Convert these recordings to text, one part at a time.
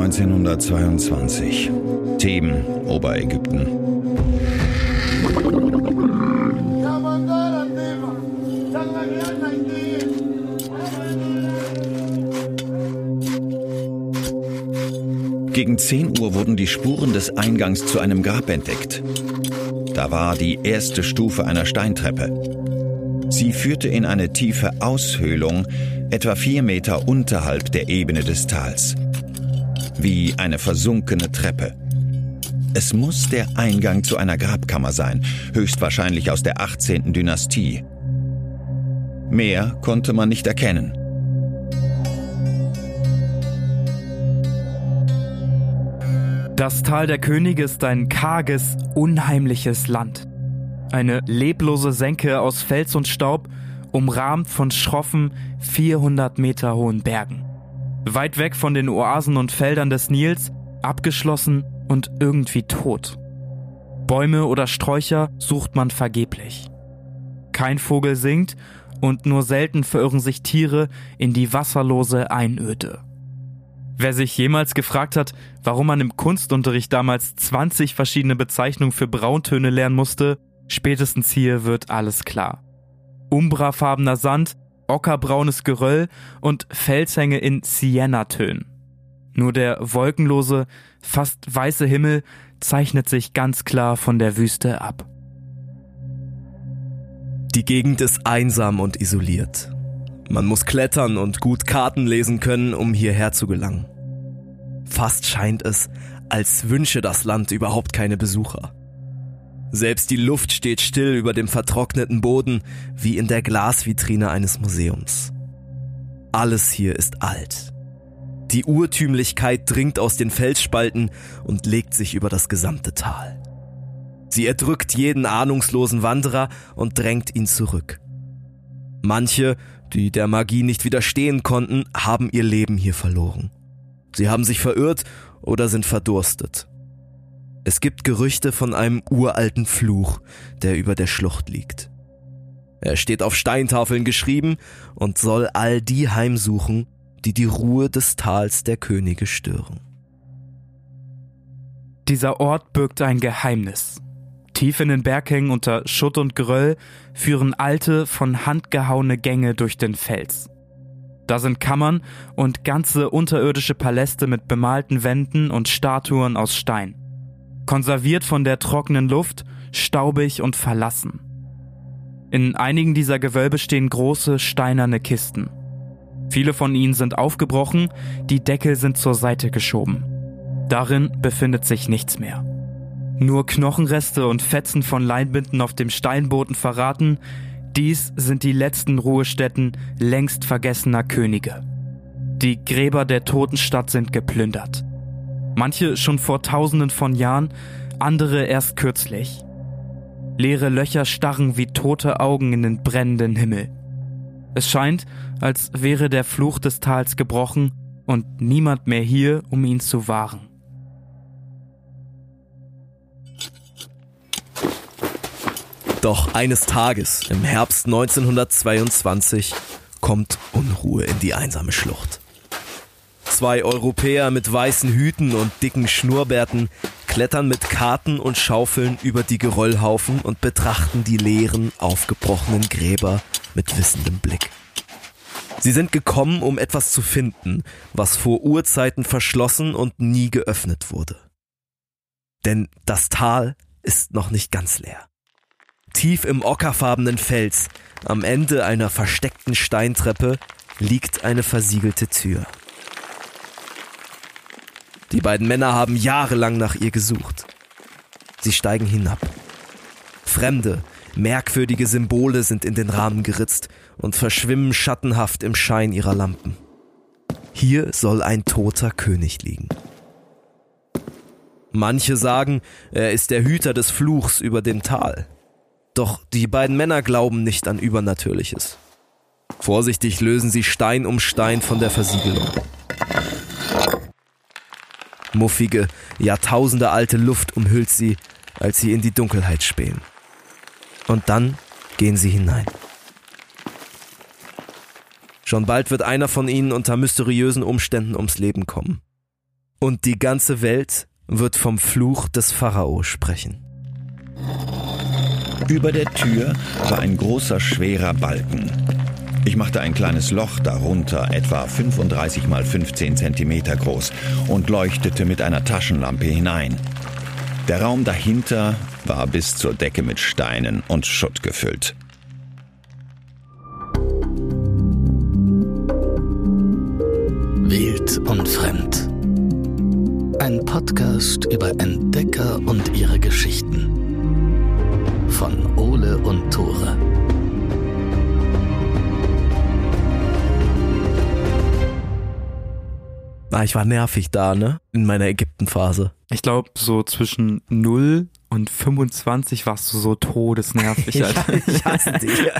1922. Theben, Oberägypten. Gegen 10 Uhr wurden die Spuren des Eingangs zu einem Grab entdeckt. Da war die erste Stufe einer Steintreppe. Sie führte in eine tiefe Aushöhlung, etwa 4 Meter unterhalb der Ebene des Tals. Wie eine versunkene Treppe. Es muss der Eingang zu einer Grabkammer sein, höchstwahrscheinlich aus der 18. Dynastie. Mehr konnte man nicht erkennen. Das Tal der Könige ist ein karges, unheimliches Land. Eine leblose Senke aus Fels und Staub, umrahmt von schroffen, 400 Meter hohen Bergen. Weit weg von den Oasen und Feldern des Nils, abgeschlossen und irgendwie tot. Bäume oder Sträucher sucht man vergeblich. Kein Vogel singt und nur selten verirren sich Tiere in die wasserlose Einöde. Wer sich jemals gefragt hat, warum man im Kunstunterricht damals 20 verschiedene Bezeichnungen für Brauntöne lernen musste, spätestens hier wird alles klar. Umbrafarbener Sand, ockerbraunes Geröll und Felshänge in Siennatönen. Nur der wolkenlose, fast weiße Himmel zeichnet sich ganz klar von der Wüste ab. Die Gegend ist einsam und isoliert. Man muss klettern und gut Karten lesen können, um hierher zu gelangen. Fast scheint es, als wünsche das Land überhaupt keine Besucher. Selbst die Luft steht still über dem vertrockneten Boden, wie in der Glasvitrine eines Museums. Alles hier ist alt. Die Urtümlichkeit dringt aus den Felsspalten und legt sich über das gesamte Tal. Sie erdrückt jeden ahnungslosen Wanderer und drängt ihn zurück. Manche, die der Magie nicht widerstehen konnten, haben ihr Leben hier verloren. Sie haben sich verirrt oder sind verdurstet. Es gibt Gerüchte von einem uralten Fluch, der über der Schlucht liegt. Er steht auf Steintafeln geschrieben und soll all die heimsuchen, die die Ruhe des Tals der Könige stören. Dieser Ort birgt ein Geheimnis. Tief in den Berghängen unter Schutt und Geröll führen alte, von Hand gehauene Gänge durch den Fels. Da sind Kammern und ganze unterirdische Paläste mit bemalten Wänden und Statuen aus Stein. Konserviert von der trockenen Luft, staubig und verlassen. In einigen dieser Gewölbe stehen große, steinerne Kisten. Viele von ihnen sind aufgebrochen, die Deckel sind zur Seite geschoben. Darin befindet sich nichts mehr. Nur Knochenreste und Fetzen von Leinbinden auf dem Steinboden verraten, dies sind die letzten Ruhestätten längst vergessener Könige. Die Gräber der Totenstadt sind geplündert. Manche schon vor Tausenden von Jahren, andere erst kürzlich. Leere Löcher starren wie tote Augen in den brennenden Himmel. Es scheint, als wäre der Fluch des Tals gebrochen und niemand mehr hier, um ihn zu wahren. Doch eines Tages, im Herbst 1922, kommt Unruhe in die einsame Schlucht. 2 Europäer mit weißen Hüten und dicken Schnurrbärten klettern mit Karten und Schaufeln über die Geröllhaufen und betrachten die leeren, aufgebrochenen Gräber mit wissendem Blick. Sie sind gekommen, um etwas zu finden, was vor Urzeiten verschlossen und nie geöffnet wurde. Denn das Tal ist noch nicht ganz leer. Tief im ockerfarbenen Fels, am Ende einer versteckten Steintreppe, liegt eine versiegelte Tür. Die beiden Männer haben jahrelang nach ihr gesucht. Sie steigen hinab. Fremde, merkwürdige Symbole sind in den Rahmen geritzt und verschwimmen schattenhaft im Schein ihrer Lampen. Hier soll ein toter König liegen. Manche sagen, er ist der Hüter des Fluchs über dem Tal. Doch die beiden Männer glauben nicht an Übernatürliches. Vorsichtig lösen sie Stein um Stein von der Versiegelung. Muffige, jahrtausendealte Luft umhüllt sie, als sie in die Dunkelheit spähen. Und dann gehen sie hinein. Schon bald wird einer von ihnen unter mysteriösen Umständen ums Leben kommen. Und die ganze Welt wird vom Fluch des Pharao sprechen. Über der Tür war ein großer, schwerer Balken. Ich machte ein kleines Loch darunter, etwa 35 mal 15 Zentimeter groß, und leuchtete mit einer Taschenlampe hinein. Der Raum dahinter war bis zur Decke mit Steinen und Schutt gefüllt. Wild und Fremd. Ein Podcast über Entdecker und ihre Geschichten. Von Ole und Tore. Ich war nervig da, ne? In meiner Ägyptenphase. Ich glaube, so zwischen 0 und 25 warst du so todesnervig, Alter. Ich hasse dich.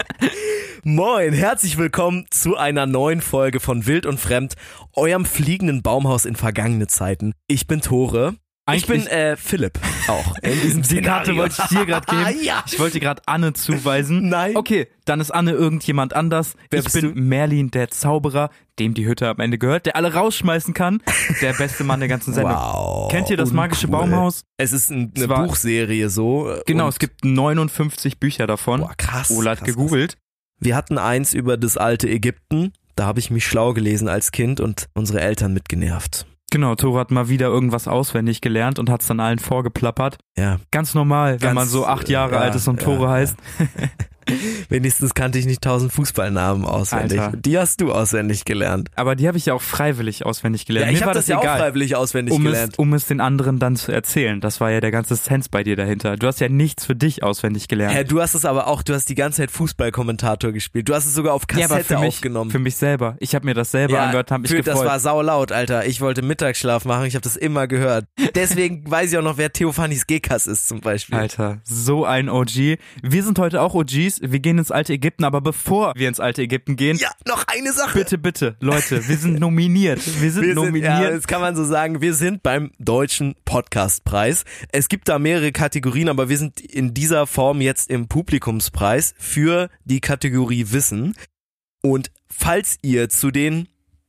Moin, herzlich willkommen zu einer neuen Folge von Wild und Fremd, eurem fliegenden Baumhaus in vergangene Zeiten. Ich bin Tore. Ich bin Philipp auch. In diesem Die Karte wollte ich dir gerade geben. Ja. Ich wollte dir gerade Anne zuweisen. Nein. Okay, dann ist Anne irgendjemand anders. Wer ich bist bin du? Merlin, der Zauberer, dem die Hütte am Ende gehört, der alle rausschmeißen kann. Der beste Mann der ganzen Sendung. Wow. Kennt ihr das magische Uncool. Baumhaus? Es ist eine Es war- Buchserie so. Genau, und- es gibt 59 Bücher davon. Boah, krass. Ola hat krass, gegoogelt. Wir hatten eins über das alte Ägypten. Da habe ich mich schlau gelesen als Kind und unsere Eltern mitgenervt. Genau, Tore hat mal wieder irgendwas auswendig gelernt und hat es dann allen vorgeplappert. Ja. Ganz normal, wenn Ganz, man so 8 Jahre alt ist und Tore ja. heißt. Wenigstens kannte ich nicht 1000 Fußballnamen auswendig. Alter. Die hast du auswendig gelernt. Aber die habe ich ja auch freiwillig auswendig gelernt. Ja, ich Mir war habe das ja egal, auch freiwillig auswendig gelernt. um es den anderen dann zu erzählen. Das war ja der ganze Sense bei dir dahinter. Du hast ja nichts für dich auswendig gelernt. Hä, du hast es aber auch, du hast die ganze Zeit Fußballkommentator gespielt. Du hast es sogar auf Ja, aber Kassette aufgenommen. für mich selber. Ich habe mir das selber angehört, habe mich gefreut. Das war saulaut, Alter. Ich wollte Mittagsschlaf machen, ich habe das immer gehört. Deswegen weiß ich auch noch, wer Theophanis Gekas ist zum Beispiel. Alter, so ein OG. Wir sind heute auch OGs. Wir gehen ins alte Ägypten, aber bevor wir ins alte Ägypten gehen, Ja, noch eine Sache. bitte, Leute, wir sind nominiert. Wir sind Ja, nominiert. das kann man so sagen. Wir sind beim Deutschen Podcastpreis. Es gibt da mehrere Kategorien, aber wir sind in dieser Form jetzt im Publikumspreis für die Kategorie Wissen. Und falls ihr zu den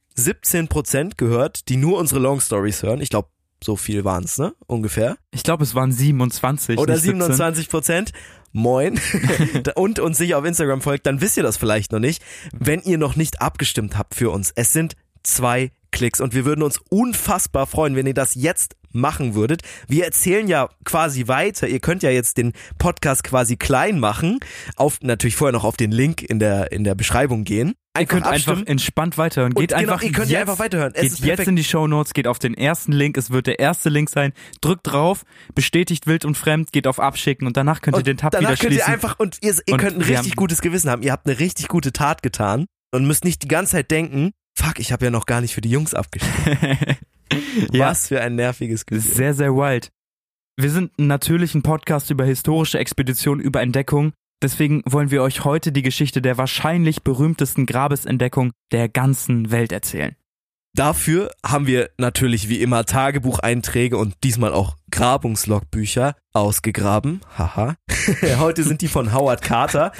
17% gehört, die nur unsere Long Stories hören, ich glaube, so viel waren es, ne? Ungefähr. Ich glaube, es waren 27. Oder nicht 17. 27%. Moin. Und uns sicher auf Instagram folgt, dann wisst ihr das vielleicht noch nicht. Wenn ihr noch nicht abgestimmt habt für uns, es sind 2 Klicks und wir würden uns unfassbar freuen, wenn ihr das jetzt machen würdet. Wir erzählen ja quasi weiter. Ihr könnt ja jetzt den Podcast quasi klein machen. Natürlich vorher noch auf den Link in der Beschreibung gehen. Ihr könnt abstimmen. einfach entspannt weiterhören. Geht Und genau, einfach ihr könnt jetzt, einfach weiterhören. Es Geht ist jetzt perfekt. in die Shownotes, geht auf den ersten Link. Es wird der erste Link sein. Drückt drauf, bestätigt wild und fremd, geht auf Abschicken und danach könnt ihr den Tab wieder danach könnt ihr schließen. einfach, und ihr Und könnt ein wir richtig haben- gutes Gewissen haben. Ihr habt eine richtig gute Tat getan und müsst nicht die ganze Zeit denken, fuck, ich habe ja noch gar nicht für die Jungs abgestimmt. Ja. Was für ein nerviges Gefühl. Sehr, sehr wild. Wir sind natürlich ein Podcast über historische Expeditionen, über Entdeckung. Deswegen wollen wir euch heute die Geschichte der wahrscheinlich berühmtesten Grabesentdeckung der ganzen Welt erzählen. Dafür haben wir natürlich wie immer Tagebucheinträge und diesmal auch Grabungslogbücher ausgegraben. Haha. Heute sind die von Howard Carter,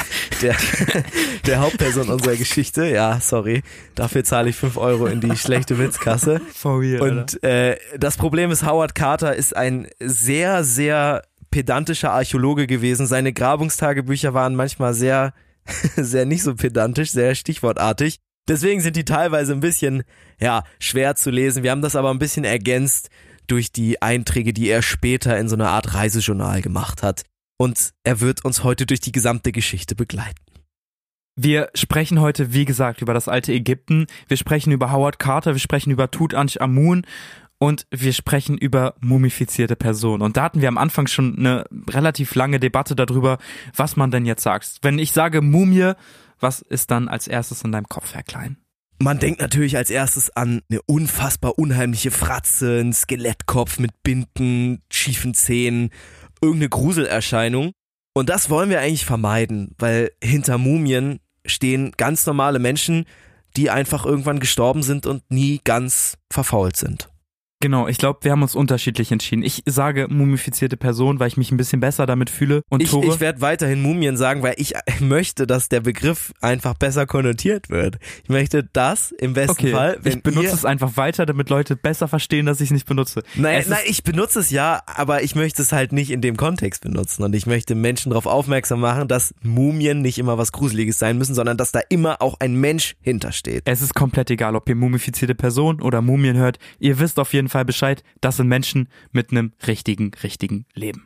der Hauptperson unserer Geschichte. Ja, sorry. Dafür zahle ich 5 Euro in die schlechte Witzkasse. For real, Und das Problem ist, Howard Carter ist ein sehr, sehr pedantischer Archäologe gewesen. Seine Grabungstagebücher waren manchmal sehr, sehr nicht so pedantisch, sehr stichwortartig. Deswegen sind die teilweise ein bisschen, ja, schwer zu lesen. Wir haben das aber ein bisschen ergänzt durch die Einträge, die er später in so einer Art Reisejournal gemacht hat. Und er wird uns heute durch die gesamte Geschichte begleiten. Wir sprechen heute, wie gesagt, über das alte Ägypten. Wir sprechen über Howard Carter, wir sprechen über Tutanchamun und wir sprechen über mumifizierte Personen. Und da hatten wir am Anfang schon eine relativ lange Debatte darüber, was man denn jetzt sagt. Wenn ich sage Mumie, was ist dann als erstes in deinem Kopf, Herr Klein? Man denkt natürlich als erstes an eine unfassbar unheimliche Fratze, einen Skelettkopf mit Binden, schiefen Zähnen, irgendeine Gruselerscheinung. Und das wollen wir eigentlich vermeiden, weil hinter Mumien stehen ganz normale Menschen, die einfach irgendwann gestorben sind und nie ganz verfault sind. Genau, ich glaube, wir haben uns unterschiedlich entschieden. Ich sage mumifizierte Person, weil ich mich ein bisschen besser damit fühle. Und Tore? Ich werde weiterhin Mumien sagen, weil ich möchte, dass der Begriff einfach besser konnotiert wird. Ich möchte das im besten Fall, wenn ich benutze es einfach weiter, damit Leute besser verstehen, dass ich es nicht benutze. Nein, ich benutze es ja, aber ich möchte es halt nicht in dem Kontext benutzen. Und ich möchte Menschen darauf aufmerksam machen, dass Mumien nicht immer was Gruseliges sein müssen, sondern dass da immer auch ein Mensch hintersteht. Es ist komplett egal, ob ihr mumifizierte Person oder Mumien hört. Ihr wisst auf jeden Fall Bescheid, das sind Menschen mit einem richtigen Leben.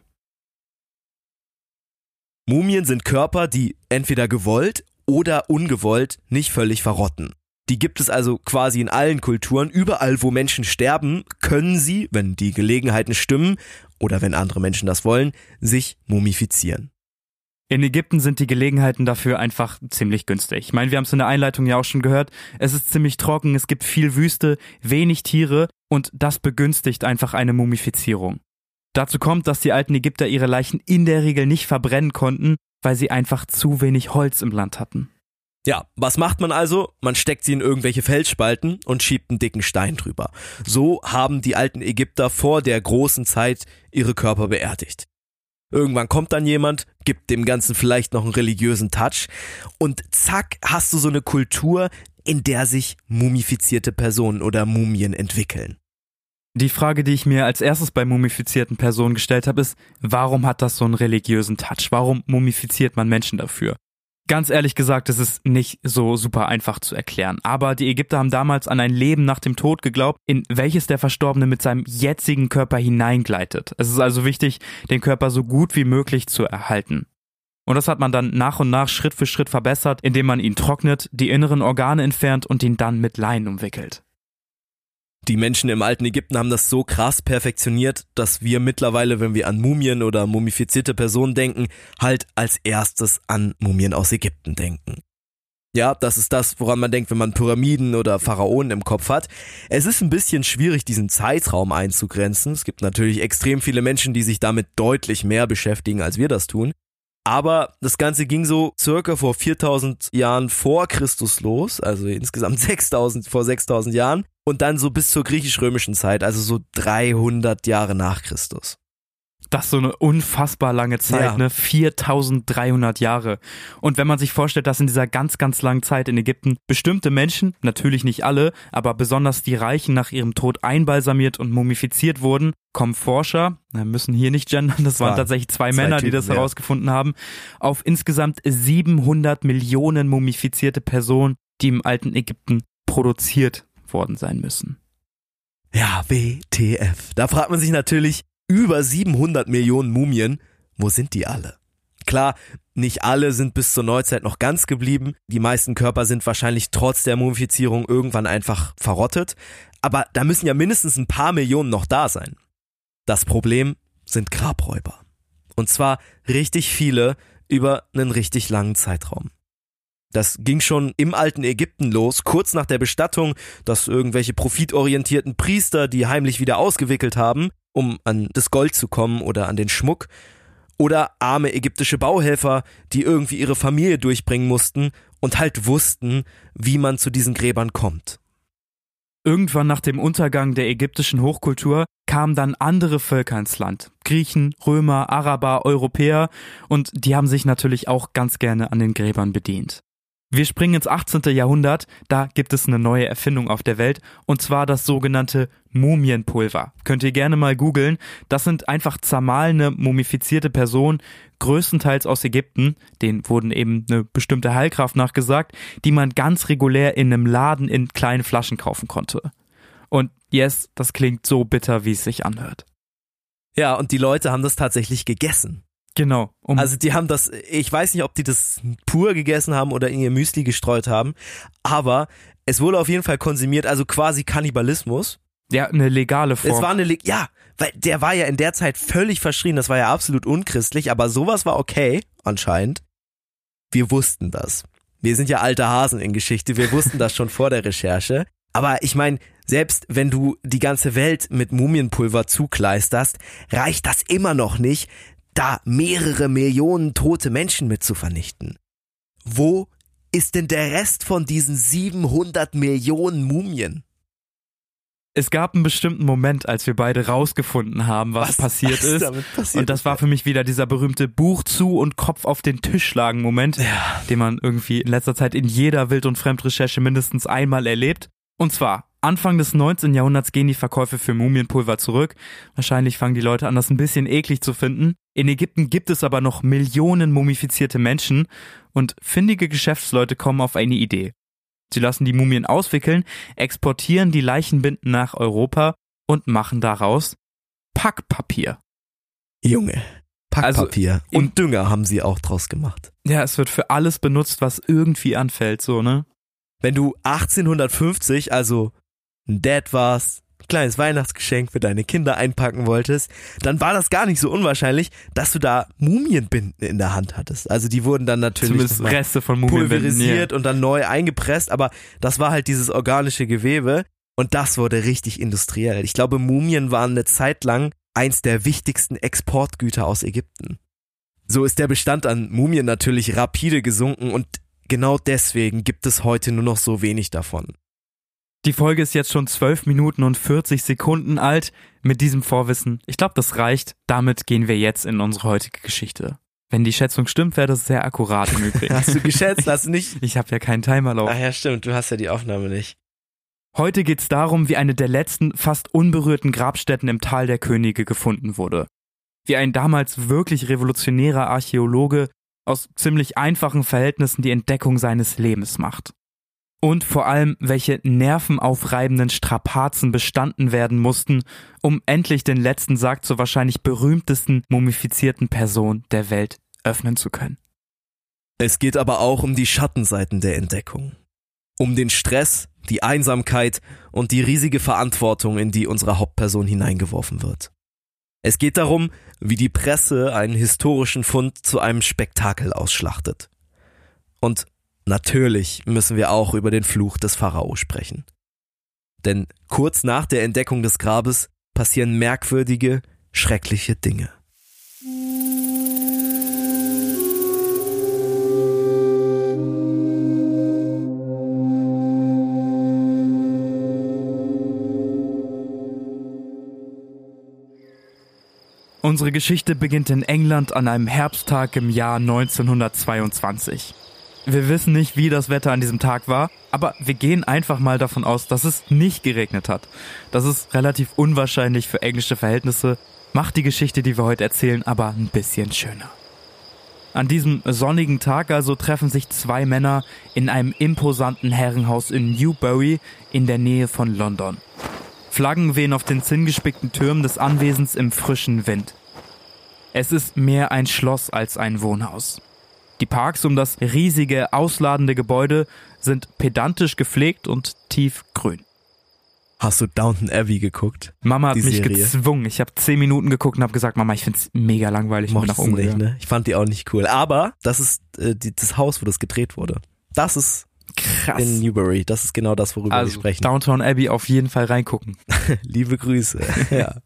Mumien sind Körper, die entweder gewollt oder ungewollt nicht völlig verrotten. Die gibt es also quasi in allen Kulturen. Überall, wo Menschen sterben, können sie, wenn die Gelegenheiten stimmen oder wenn andere Menschen das wollen, sich mumifizieren. In Ägypten sind die Gelegenheiten dafür einfach ziemlich günstig. Ich meine, wir haben es in der Einleitung ja auch schon gehört. Es ist ziemlich trocken, es gibt viel Wüste, wenig Tiere und das begünstigt einfach eine Mumifizierung. Dazu kommt, dass die alten Ägypter ihre Leichen in der Regel nicht verbrennen konnten, weil sie einfach zu wenig Holz im Land hatten. Ja, was macht man also? Man steckt sie in irgendwelche Felsspalten und schiebt einen dicken Stein drüber. So haben die alten Ägypter vor der großen Zeit ihre Körper beerdigt. Irgendwann kommt dann jemand, gibt dem Ganzen vielleicht noch einen religiösen Touch und zack, hast du so eine Kultur, in der sich mumifizierte Personen oder Mumien entwickeln. Die Frage, die ich mir als erstes bei mumifizierten Personen gestellt habe, ist, warum hat das so einen religiösen Touch? Warum mumifiziert man Menschen dafür? Ganz ehrlich gesagt, es ist nicht so super einfach zu erklären. Aber die Ägypter haben damals an ein Leben nach dem Tod geglaubt, in welches der Verstorbene mit seinem jetzigen Körper hineingleitet. Es ist also wichtig, den Körper so gut wie möglich zu erhalten. Und das hat man dann nach und nach Schritt für Schritt verbessert, indem man ihn trocknet, die inneren Organe entfernt und ihn dann mit Leinen umwickelt. Die Menschen im alten Ägypten haben das so krass perfektioniert, dass wir mittlerweile, wenn wir an Mumien oder mumifizierte Personen denken, halt als erstes an Mumien aus Ägypten denken. Ja, das ist das, woran man denkt, wenn man Pyramiden oder Pharaonen im Kopf hat. Es ist ein bisschen schwierig, diesen Zeitraum einzugrenzen. Es gibt natürlich extrem viele Menschen, die sich damit deutlich mehr beschäftigen, als wir das tun. Aber das Ganze ging so circa vor 4000 Jahren vor Christus los, also insgesamt vor 6000 Jahren und dann so bis zur griechisch-römischen Zeit, also so 300 Jahre nach Christus. Das ist so eine unfassbar lange Zeit, ja. Ne? 4300 Jahre. Und wenn man sich vorstellt, dass in dieser ganz langen Zeit in Ägypten bestimmte Menschen, natürlich nicht alle, aber besonders die Reichen nach ihrem Tod einbalsamiert und mumifiziert wurden, kommen Forscher, müssen hier nicht gendern, das waren tatsächlich zwei Männer, die das herausgefunden haben, auf insgesamt 700 Millionen mumifizierte Personen, die im alten Ägypten produziert worden sein müssen. Ja, WTF. Da fragt man sich natürlich, über 700 Millionen Mumien, wo sind die alle? Klar, nicht alle sind bis zur Neuzeit noch ganz geblieben, die meisten Körper sind wahrscheinlich trotz der Mumifizierung irgendwann einfach verrottet, aber da müssen ja mindestens ein paar Millionen noch da sein. Das Problem sind Grabräuber. Und zwar richtig viele über einen richtig langen Zeitraum. Das ging schon im alten Ägypten los, kurz nach der Bestattung, dass irgendwelche profitorientierten Priester die heimlich wieder ausgewickelt haben, um an das Gold zu kommen oder an den Schmuck. Oder arme ägyptische Bauhelfer, die irgendwie ihre Familie durchbringen mussten und halt wussten, wie man zu diesen Gräbern kommt. Irgendwann nach dem Untergang der ägyptischen Hochkultur kamen dann andere Völker ins Land. Griechen, Römer, Araber, Europäer und die haben sich natürlich auch ganz gerne an den Gräbern bedient. Wir springen ins 18. Jahrhundert, da gibt es eine neue Erfindung auf der Welt und zwar das sogenannte Mumienpulver. Könnt ihr gerne mal googeln. Das sind einfach zermahlene, mumifizierte Personen, größtenteils aus Ägypten. Denen wurden eben eine bestimmte Heilkraft nachgesagt, die man ganz regulär in einem Laden in kleinen Flaschen kaufen konnte. Und yes, das klingt so bitter, wie es sich anhört. Ja, und die Leute haben das tatsächlich gegessen. Genau. Also die haben das, ich weiß nicht, ob die das pur gegessen haben oder in ihr Müsli gestreut haben, aber es wurde auf jeden Fall konsumiert, also quasi Kannibalismus. Ja, eine legale Form. Es war ja, weil der war ja in der Zeit völlig verschrien, das war ja absolut unchristlich, aber sowas war okay, anscheinend. Wir wussten das. Wir sind ja alte Hasen in Geschichte, wir wussten das schon vor der Recherche. Aber ich meine, selbst wenn du die ganze Welt mit Mumienpulver zukleisterst, reicht das immer noch nicht, da mehrere Millionen tote Menschen mit zu vernichten. Wo ist denn der Rest von diesen 700 Millionen Mumien? Es gab einen bestimmten Moment, als wir beide rausgefunden haben, was passiert ist. Und das war für mich wieder dieser berühmte Buch zu und Kopf auf den Tisch schlagen Moment, den man irgendwie in letzter Zeit in jeder Wild- und Fremdrecherche mindestens einmal erlebt. Und zwar, Anfang des 19. Jahrhunderts gehen die Verkäufe für Mumienpulver zurück. Wahrscheinlich fangen die Leute an, das ein bisschen eklig zu finden. In Ägypten gibt es aber noch Millionen mumifizierte Menschen und findige Geschäftsleute kommen auf eine Idee. Sie lassen die Mumien auswickeln, exportieren die Leichenbinden nach Europa und machen daraus Packpapier. Junge, Packpapier. Also und Dünger haben sie auch draus gemacht. Ja, es wird für alles benutzt, was irgendwie anfällt, so, ne? Wenn du 1850, also ein Dad warst, ein kleines Weihnachtsgeschenk für deine Kinder einpacken wolltest, dann war das gar nicht so unwahrscheinlich, dass du da Mumienbinden in der Hand hattest. Also die wurden dann natürlich Reste von Mumienbinden pulverisiert und dann neu eingepresst, aber das war halt dieses organische Gewebe und das wurde richtig industriell. Ich glaube, Mumien waren eine Zeit lang eins der wichtigsten Exportgüter aus Ägypten. So ist der Bestand an Mumien natürlich rapide gesunken und genau deswegen gibt es heute nur noch so wenig davon. Die Folge ist jetzt schon 12 Minuten und 40 Sekunden alt. Mit diesem Vorwissen, ich glaube, das reicht. Damit gehen wir jetzt in unsere heutige Geschichte. Wenn die Schätzung stimmt, wäre das sehr akkurat im Übrigen. Hast du geschätzt? Hast du nicht? Ich habe ja keinen Timer laufen. Ach ja, stimmt. Du hast ja die Aufnahme nicht. Heute geht's darum, wie eine der letzten fast unberührten Grabstätten im Tal der Könige gefunden wurde. Wie ein damals wirklich revolutionärer Archäologe aus ziemlich einfachen Verhältnissen die Entdeckung seines Lebens macht. Und vor allem, welche nervenaufreibenden Strapazen bestanden werden mussten, um endlich den letzten Sarg zur wahrscheinlich berühmtesten mumifizierten Person der Welt öffnen zu können. Es geht aber auch um die Schattenseiten der Entdeckung. Um den Stress, die Einsamkeit und die riesige Verantwortung, in die unsere Hauptperson hineingeworfen wird. Es geht darum, wie die Presse einen historischen Fund zu einem Spektakel ausschlachtet. Und natürlich müssen wir auch über den Fluch des Pharao sprechen. Denn kurz nach der Entdeckung des Grabes passieren merkwürdige, schreckliche Dinge. Unsere Geschichte beginnt in England an einem Herbsttag im Jahr 1922. Wir wissen nicht, wie das Wetter an diesem Tag war, aber wir gehen einfach mal davon aus, dass es nicht geregnet hat. Das ist relativ unwahrscheinlich für englische Verhältnisse, macht die Geschichte, die wir heute erzählen, aber ein bisschen schöner. An diesem sonnigen Tag also treffen sich zwei Männer in einem imposanten Herrenhaus in Newbury in der Nähe von London. Flaggen wehen auf den zinngespickten Türmen des Anwesens im frischen Wind. Es ist mehr ein Schloss als ein Wohnhaus. Die Parks um das riesige, ausladende Gebäude sind pedantisch gepflegt und tiefgrün. Hast du Downton Abbey geguckt? Mama hat mich gezwungen. Ich habe 10 Minuten geguckt und habe gesagt, Mama, ich find's mega langweilig. Mochtest du nicht, ne? Ich fand die auch nicht cool. Aber das ist das Haus, wo das gedreht wurde. Das ist krass. In Newbury. Das ist genau das, worüber wir sprechen. Downton Abbey auf jeden Fall reingucken. Liebe Grüße. Ja.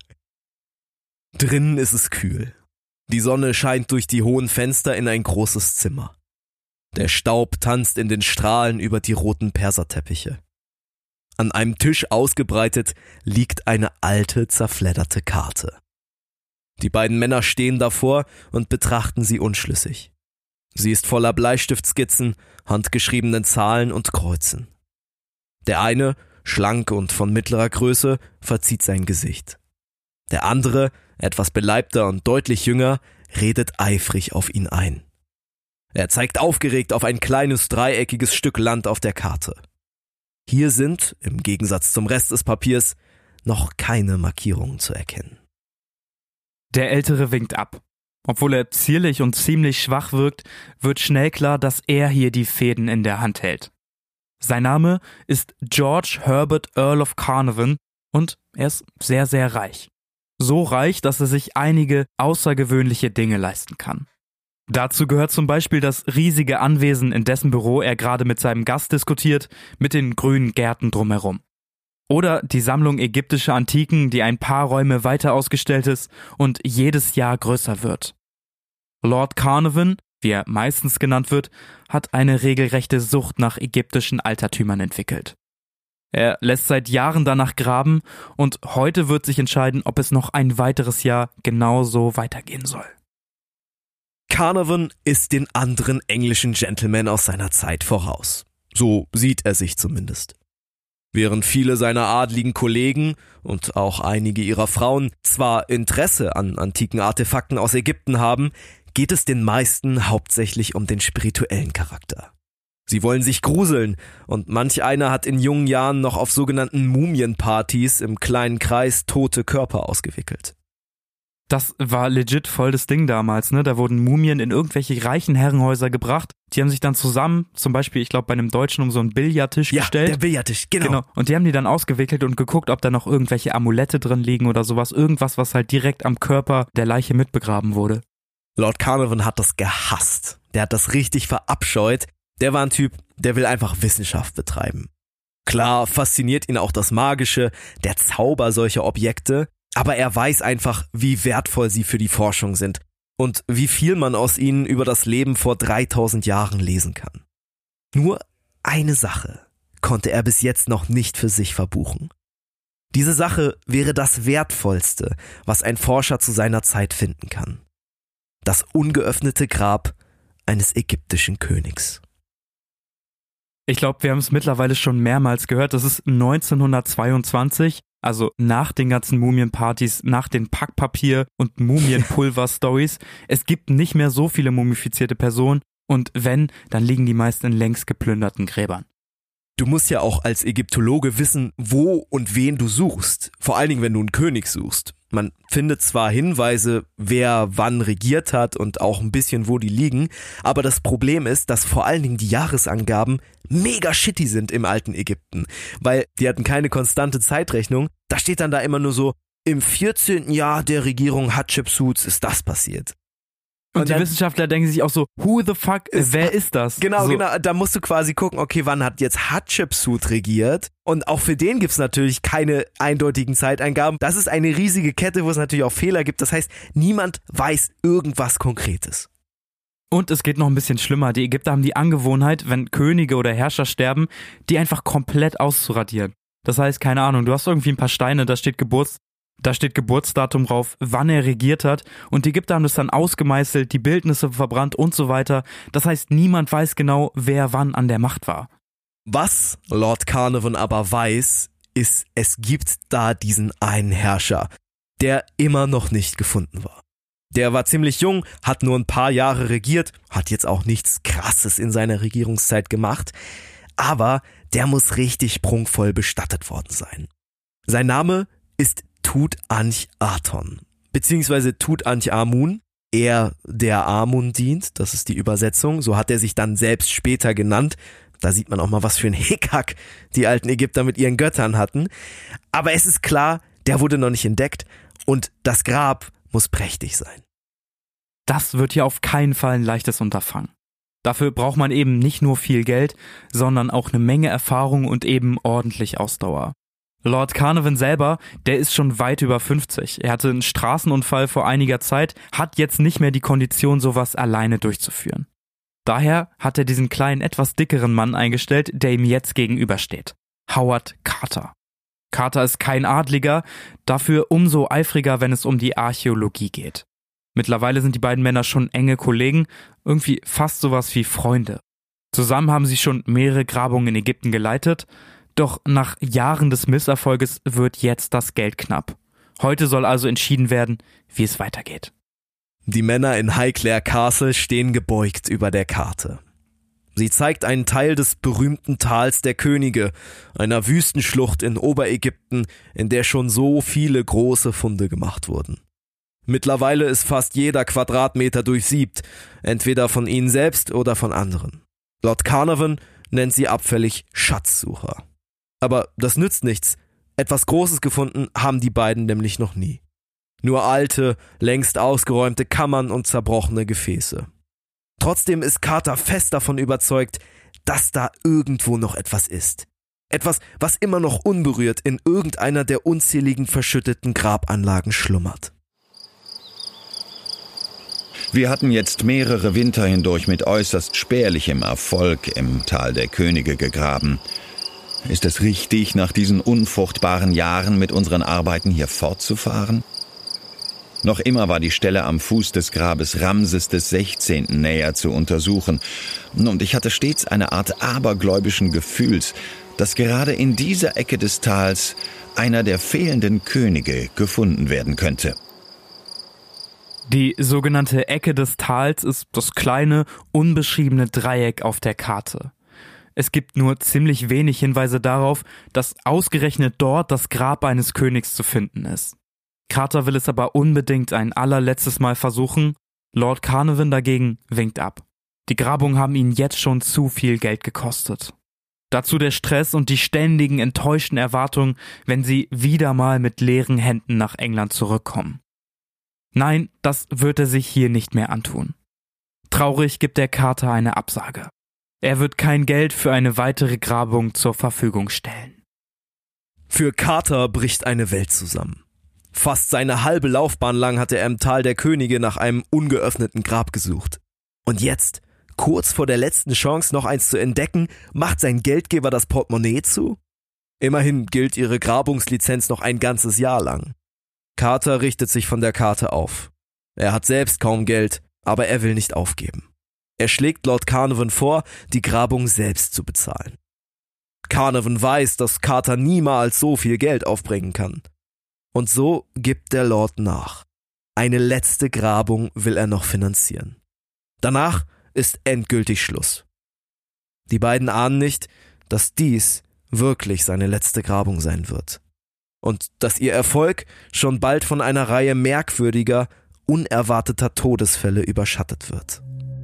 Drinnen ist es kühl. Die Sonne scheint durch die hohen Fenster in ein großes Zimmer. Der Staub tanzt in den Strahlen über die roten Perserteppiche. An einem Tisch ausgebreitet liegt eine alte, zerfledderte Karte. Die beiden Männer stehen davor und betrachten sie unschlüssig. Sie ist voller Bleistiftskizzen, handgeschriebenen Zahlen und Kreuzen. Der eine, schlank und von mittlerer Größe, verzieht sein Gesicht. Der andere, etwas beleibter und deutlich jünger, redet eifrig auf ihn ein. Er zeigt aufgeregt auf ein kleines dreieckiges Stück Land auf der Karte. Hier sind, im Gegensatz zum Rest des Papiers, noch keine Markierungen zu erkennen. Der Ältere winkt ab. Obwohl er zierlich und ziemlich schwach wirkt, wird schnell klar, dass er hier die Fäden in der Hand hält. Sein Name ist George Herbert Earl of Carnarvon und er ist sehr, sehr reich. So reich, dass er sich einige außergewöhnliche Dinge leisten kann. Dazu gehört zum Beispiel das riesige Anwesen, in dessen Büro er gerade mit seinem Gast diskutiert, mit den grünen Gärten drumherum. Oder die Sammlung ägyptischer Antiken, die ein paar Räume weiter ausgestellt ist und jedes Jahr größer wird. Lord Carnarvon, wie er meistens genannt wird, hat eine regelrechte Sucht nach ägyptischen Altertümern entwickelt. Er lässt seit Jahren danach graben und heute wird sich entscheiden, ob es noch ein weiteres Jahr genau so weitergehen soll. Carnarvon ist den anderen englischen Gentlemen aus seiner Zeit voraus. So sieht er sich zumindest. Während viele seiner adligen Kollegen und auch einige ihrer Frauen zwar Interesse an antiken Artefakten aus Ägypten haben, geht es den meisten hauptsächlich um den spirituellen Charakter. Sie wollen sich gruseln und manch einer hat in jungen Jahren noch auf sogenannten Mumienpartys im kleinen Kreis tote Körper ausgewickelt. Das war legit voll das Ding damals, ne? Da wurden Mumien in irgendwelche reichen Herrenhäuser gebracht. Die haben sich dann zusammen, zum Beispiel, ich glaube, bei einem Deutschen um so einen Billardtisch gestellt. Ja, der Billardtisch, genau. Und die haben die dann ausgewickelt und geguckt, ob da noch irgendwelche Amulette drin liegen oder sowas. Irgendwas, was halt direkt am Körper der Leiche mitbegraben wurde. Lord Carnarvon hat das gehasst. Der hat das richtig verabscheut. Der war ein Typ, der will einfach Wissenschaft betreiben. Klar, fasziniert ihn auch das Magische, der Zauber solcher Objekte. Aber er weiß einfach, wie wertvoll sie für die Forschung sind und wie viel man aus ihnen über das Leben vor 3000 Jahren lesen kann. Nur eine Sache konnte er bis jetzt noch nicht für sich verbuchen. Diese Sache wäre das Wertvollste, was ein Forscher zu seiner Zeit finden kann. Das ungeöffnete Grab eines ägyptischen Königs. Ich glaube, wir haben es mittlerweile schon mehrmals gehört. Das ist 1922. Also nach den ganzen Mumienpartys, nach den Packpapier- und Mumienpulver-Stories. Es gibt nicht mehr so viele mumifizierte Personen und wenn, dann liegen die meisten in längst geplünderten Gräbern. Du musst ja auch als Ägyptologe wissen, wo und wen du suchst. Vor allen Dingen, wenn du einen König suchst. Man findet zwar Hinweise, wer wann regiert hat und auch ein bisschen, wo die liegen, aber das Problem ist, dass vor allen Dingen die Jahresangaben mega shitty sind im alten Ägypten, weil die hatten keine konstante Zeitrechnung. Da steht dann da immer nur so, im 14. Jahr der Regierung Hatschepsuts ist das passiert. Und die Wissenschaftler denken sich auch so, who the fuck, wer ist das? Genau, so. Genau, da musst du quasi gucken, okay, wann hat jetzt Hatschepsut regiert? Und auch für den gibt's natürlich keine eindeutigen Zeiteingaben. Das ist eine riesige Kette, wo es natürlich auch Fehler gibt. Das heißt, niemand weiß irgendwas Konkretes. Und es geht noch ein bisschen schlimmer. Die Ägypter haben die Angewohnheit, wenn Könige oder Herrscher sterben, die einfach komplett auszuradieren. Das heißt, keine Ahnung, du hast irgendwie ein paar Steine, da steht Geburtsdatum drauf, wann er regiert hat und die Ägypter haben das dann ausgemeißelt, die Bildnisse verbrannt und so weiter. Das heißt, niemand weiß genau, wer wann an der Macht war. Was Lord Carnarvon aber weiß, ist, es gibt da diesen einen Herrscher, der immer noch nicht gefunden war. Der war ziemlich jung, hat nur ein paar Jahre regiert, hat jetzt auch nichts Krasses in seiner Regierungszeit gemacht, aber der muss richtig prunkvoll bestattet worden sein. Sein Name ist Tutanchaton, beziehungsweise Tutanchamun, er der Amun dient, das ist die Übersetzung, so hat er sich dann selbst später genannt. Da sieht man auch mal, was für ein Hickhack die alten Ägypter mit ihren Göttern hatten. Aber es ist klar, der wurde noch nicht entdeckt und das Grab muss prächtig sein. Das wird hier auf keinen Fall ein leichtes Unterfangen. Dafür braucht man eben nicht nur viel Geld, sondern auch eine Menge Erfahrung und eben ordentlich Ausdauer. Lord Carnarvon selber, der ist schon weit über 50. Er hatte einen Straßenunfall vor einiger Zeit, hat jetzt nicht mehr die Kondition, sowas alleine durchzuführen. Daher hat er diesen kleinen, etwas dickeren Mann eingestellt, der ihm jetzt gegenübersteht. Howard Carter. Carter ist kein Adliger, dafür umso eifriger, wenn es um die Archäologie geht. Mittlerweile sind die beiden Männer schon enge Kollegen, irgendwie fast sowas wie Freunde. Zusammen haben sie schon mehrere Grabungen in Ägypten geleitet, doch nach Jahren des Misserfolges wird jetzt das Geld knapp. Heute soll also entschieden werden, wie es weitergeht. Die Männer in Highclere Castle stehen gebeugt über der Karte. Sie zeigt einen Teil des berühmten Tals der Könige, einer Wüstenschlucht in Oberägypten, in der schon so viele große Funde gemacht wurden. Mittlerweile ist fast jeder Quadratmeter durchsiebt, entweder von ihnen selbst oder von anderen. Lord Carnarvon nennt sie abfällig Schatzsucher. Aber das nützt nichts. Etwas Großes gefunden haben die beiden nämlich noch nie. Nur alte, längst ausgeräumte Kammern und zerbrochene Gefäße. Trotzdem ist Carter fest davon überzeugt, dass da irgendwo noch etwas ist. Etwas, was immer noch unberührt in irgendeiner der unzähligen verschütteten Grabanlagen schlummert. Wir hatten jetzt mehrere Winter hindurch mit äußerst spärlichem Erfolg im Tal der Könige gegraben. Ist es richtig, nach diesen unfruchtbaren Jahren mit unseren Arbeiten hier fortzufahren? Noch immer war die Stelle am Fuß des Grabes Ramses des 16. näher zu untersuchen, und ich hatte stets eine Art abergläubischen Gefühls, dass gerade in dieser Ecke des Tals einer der fehlenden Könige gefunden werden könnte. Die sogenannte Ecke des Tals ist das kleine, unbeschriebene Dreieck auf der Karte. Es gibt nur ziemlich wenig Hinweise darauf, dass ausgerechnet dort das Grab eines Königs zu finden ist. Carter will es aber unbedingt ein allerletztes Mal versuchen, Lord Carnarvon dagegen winkt ab. Die Grabungen haben ihn jetzt schon zu viel Geld gekostet. Dazu der Stress und die ständigen enttäuschten Erwartungen, wenn sie wieder mal mit leeren Händen nach England zurückkommen. Nein, das wird er sich hier nicht mehr antun. Traurig gibt der Carter eine Absage. Er wird kein Geld für eine weitere Grabung zur Verfügung stellen. Für Carter bricht eine Welt zusammen. Fast seine halbe Laufbahn lang hatte er im Tal der Könige nach einem ungeöffneten Grab gesucht. Und jetzt, kurz vor der letzten Chance, noch eins zu entdecken, macht sein Geldgeber das Portemonnaie zu? Immerhin gilt ihre Grabungslizenz noch ein ganzes Jahr lang. Carter richtet sich von der Karte auf. Er hat selbst kaum Geld, aber er will nicht aufgeben. Er schlägt Lord Carnarvon vor, die Grabung selbst zu bezahlen. Carnarvon weiß, dass Carter niemals so viel Geld aufbringen kann. Und so gibt der Lord nach. Eine letzte Grabung will er noch finanzieren. Danach ist endgültig Schluss. Die beiden ahnen nicht, dass dies wirklich seine letzte Grabung sein wird. Und dass ihr Erfolg schon bald von einer Reihe merkwürdiger, unerwarteter Todesfälle überschattet wird.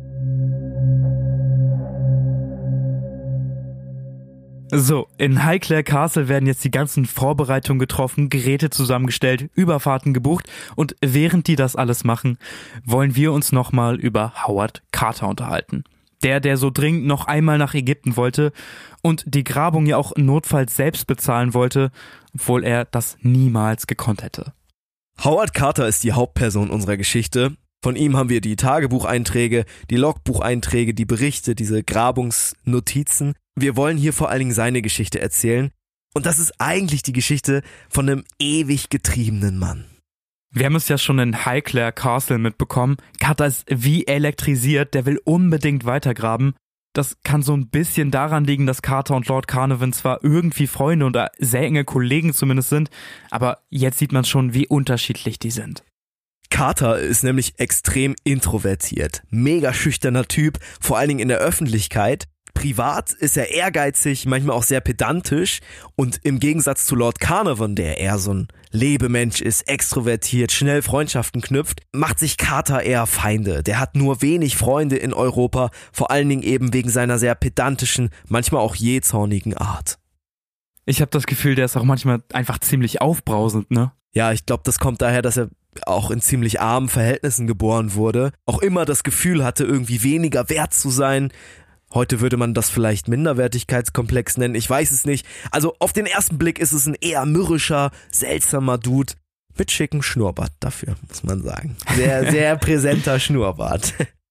So, in Highclere Castle werden jetzt die ganzen Vorbereitungen getroffen, Geräte zusammengestellt, Überfahrten gebucht und während die das alles machen, wollen wir uns nochmal über Howard Carter unterhalten. Der so dringend noch einmal nach Ägypten wollte und die Grabung ja auch notfalls selbst bezahlen wollte, obwohl er das niemals gekonnt hätte. Howard Carter ist die Hauptperson unserer Geschichte. Von ihm haben wir die Tagebucheinträge, die Logbucheinträge, die Berichte, diese Grabungsnotizen. Wir wollen hier vor allen Dingen seine Geschichte erzählen. Und das ist eigentlich die Geschichte von einem ewig getriebenen Mann. Wir haben es ja schon in Highclere Castle mitbekommen. Carter ist wie elektrisiert, der will unbedingt weitergraben. Das kann so ein bisschen daran liegen, dass Carter und Lord Carnarvon zwar irgendwie Freunde oder sehr enge Kollegen zumindest sind, aber jetzt sieht man schon, wie unterschiedlich die sind. Carter ist nämlich extrem introvertiert, mega schüchterner Typ, vor allen Dingen in der Öffentlichkeit. Privat ist er ehrgeizig, manchmal auch sehr pedantisch und im Gegensatz zu Lord Carnarvon, der eher so ein Lebemensch ist, extrovertiert, schnell Freundschaften knüpft, macht sich Carter eher Feinde. Der hat nur wenig Freunde in Europa, vor allen Dingen eben wegen seiner sehr pedantischen, manchmal auch jähzornigen Art. Ich habe das Gefühl, der ist auch manchmal einfach ziemlich aufbrausend, ne? Ja, ich glaube, das kommt daher, dass er auch in ziemlich armen Verhältnissen geboren wurde, auch immer das Gefühl hatte, irgendwie weniger wert zu sein. Heute würde man das vielleicht Minderwertigkeitskomplex nennen, ich weiß es nicht. Also auf den ersten Blick ist es ein eher mürrischer, seltsamer Dude mit schickem Schnurrbart dafür, muss man sagen. Sehr, sehr präsenter Schnurrbart.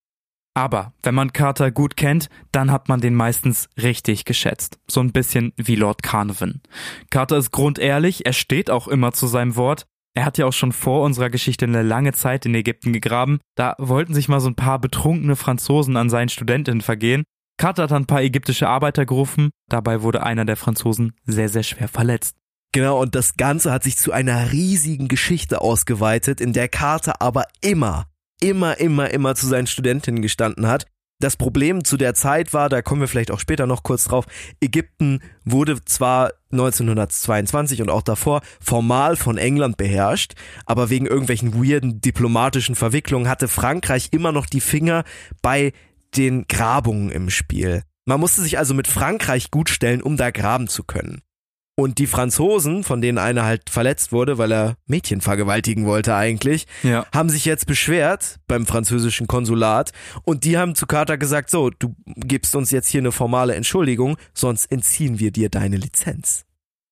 Aber wenn man Carter gut kennt, dann hat man den meistens richtig geschätzt. So ein bisschen wie Lord Carnarvon. Carter ist grundehrlich, er steht auch immer zu seinem Wort. Er hat ja auch schon vor unserer Geschichte eine lange Zeit in Ägypten gegraben. Da wollten sich mal so ein paar betrunkene Franzosen an seinen Studentinnen vergehen. Carter hat dann ein paar ägyptische Arbeiter gerufen. Dabei wurde einer der Franzosen sehr, sehr schwer verletzt. Genau, und das Ganze hat sich zu einer riesigen Geschichte ausgeweitet, in der Carter aber immer zu seinen Studentinnen gestanden hat. Das Problem zu der Zeit war, da kommen wir vielleicht auch später noch kurz drauf, Ägypten wurde zwar 1922 und auch davor formal von England beherrscht, aber wegen irgendwelchen weirden diplomatischen Verwicklungen hatte Frankreich immer noch die Finger bei den Grabungen im Spiel. Man musste sich also mit Frankreich gut stellen, um da graben zu können. Und die Franzosen, von denen einer halt verletzt wurde, weil er Mädchen vergewaltigen wollte eigentlich, haben sich jetzt beschwert beim französischen Konsulat und die haben zu Carter gesagt, so, du gibst uns jetzt hier eine formale Entschuldigung, sonst entziehen wir dir deine Lizenz.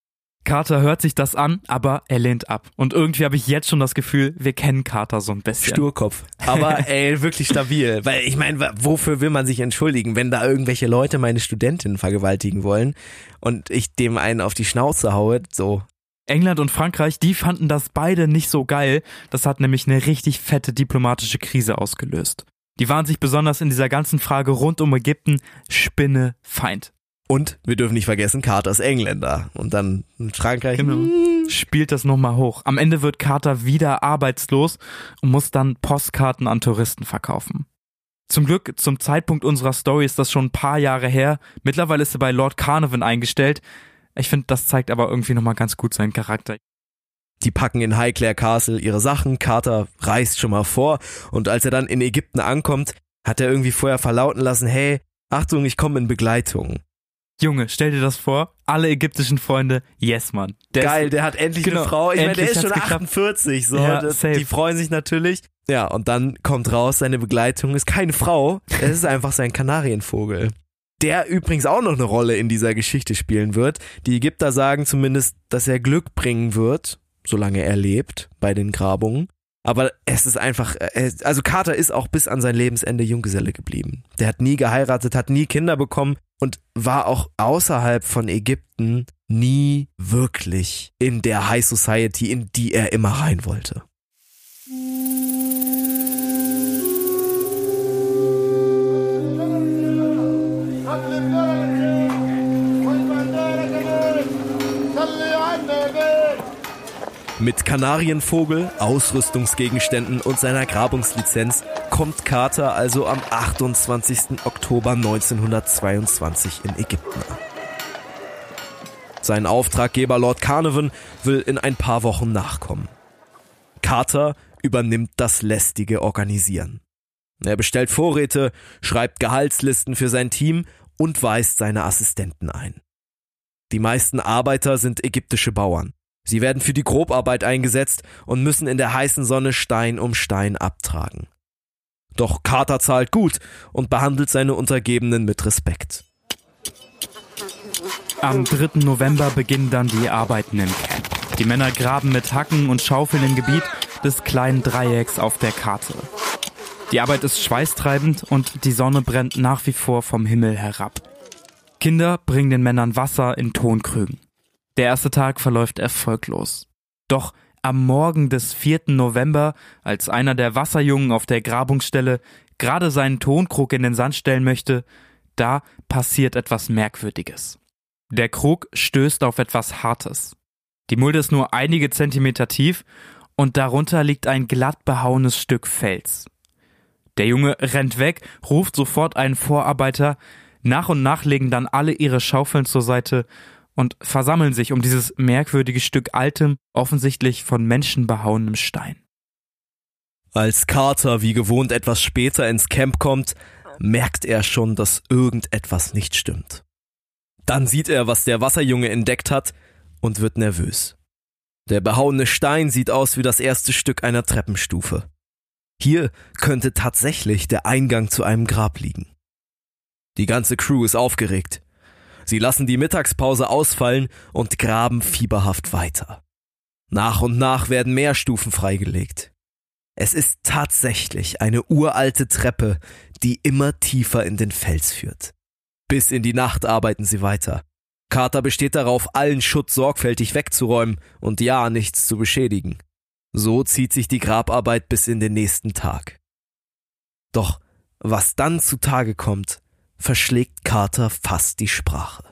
Carter hört sich das an, aber er lehnt ab. Und irgendwie habe ich jetzt schon das Gefühl, wir kennen Carter so ein bisschen. Sturkopf. Aber wirklich stabil. Weil ich meine, wofür will man sich entschuldigen, wenn da irgendwelche Leute meine Studentin vergewaltigen wollen und ich dem einen auf die Schnauze haue, so. England und Frankreich, die fanden das beide nicht so geil. Das hat nämlich eine richtig fette diplomatische Krise ausgelöst. Die waren sich besonders in dieser ganzen Frage rund um Ägypten Spinnefeind. Und wir dürfen nicht vergessen, Carter ist Engländer. Und dann in Frankreich spielt das nochmal hoch. Am Ende wird Carter wieder arbeitslos und muss dann Postkarten an Touristen verkaufen. Zum Glück, zum Zeitpunkt unserer Story ist das schon ein paar Jahre her. Mittlerweile ist er bei Lord Carnarvon eingestellt. Ich finde, das zeigt aber irgendwie nochmal ganz gut seinen Charakter. Die packen in Highclere Castle ihre Sachen, Carter reist schon mal vor und als er dann in Ägypten ankommt, hat er irgendwie vorher verlauten lassen, hey, Achtung, ich komme in Begleitung. Junge, stell dir das vor, alle ägyptischen Freunde, yes, Mann. Geil, der hat endlich eine Frau. Ich meine, der ist schon 48, so. Ja, die freuen sich natürlich. Ja, und dann kommt raus, seine Begleitung ist keine Frau, es ist einfach sein Kanarienvogel. Der übrigens auch noch eine Rolle in dieser Geschichte spielen wird. Die Ägypter sagen zumindest, dass er Glück bringen wird, solange er lebt, bei den Grabungen. Aber es ist einfach, also Carter ist auch bis an sein Lebensende Junggeselle geblieben. Der hat nie geheiratet, hat nie Kinder bekommen und war auch außerhalb von Ägypten nie wirklich in der High Society, in die er immer rein wollte. Mit Kanarienvogel, Ausrüstungsgegenständen und seiner Grabungslizenz kommt Carter also am 28. Oktober 1922 in Ägypten an. Sein Auftraggeber Lord Carnarvon will in ein paar Wochen nachkommen. Carter übernimmt das lästige Organisieren. Er bestellt Vorräte, schreibt Gehaltslisten für sein Team und weist seine Assistenten ein. Die meisten Arbeiter sind ägyptische Bauern. Sie werden für die Grobarbeit eingesetzt und müssen in der heißen Sonne Stein um Stein abtragen. Doch Carter zahlt gut und behandelt seine Untergebenen mit Respekt. Am 3. November beginnen dann die Arbeiten im Camp. Die Männer graben mit Hacken und Schaufeln im Gebiet des kleinen Dreiecks auf der Karte. Die Arbeit ist schweißtreibend und die Sonne brennt nach wie vor vom Himmel herab. Kinder bringen den Männern Wasser in Tonkrügen. Der erste Tag verläuft erfolglos. Doch am Morgen des 4. November, als einer der Wasserjungen auf der Grabungsstelle gerade seinen Tonkrug in den Sand stellen möchte, da passiert etwas Merkwürdiges. Der Krug stößt auf etwas Hartes. Die Mulde ist nur einige Zentimeter tief und darunter liegt ein glatt behauenes Stück Fels. Der Junge rennt weg, ruft sofort einen Vorarbeiter. Nach und nach legen dann alle ihre Schaufeln zur Seite und versammeln sich um dieses merkwürdige Stück altem, offensichtlich von Menschen behauenem Stein. Als Carter wie gewohnt etwas später ins Camp kommt, merkt er schon, dass irgendetwas nicht stimmt. Dann sieht er, was der Wasserjunge entdeckt hat und wird nervös. Der behauene Stein sieht aus wie das erste Stück einer Treppenstufe. Hier könnte tatsächlich der Eingang zu einem Grab liegen. Die ganze Crew ist aufgeregt. Sie lassen die Mittagspause ausfallen und graben fieberhaft weiter. Nach und nach werden mehr Stufen freigelegt. Es ist tatsächlich eine uralte Treppe, die immer tiefer in den Fels führt. Bis in die Nacht arbeiten sie weiter. Carter besteht darauf, allen Schutt sorgfältig wegzuräumen und ja, nichts zu beschädigen. So zieht sich die Grabarbeit bis in den nächsten Tag. Doch was dann zutage kommt, verschlägt Carter fast die Sprache.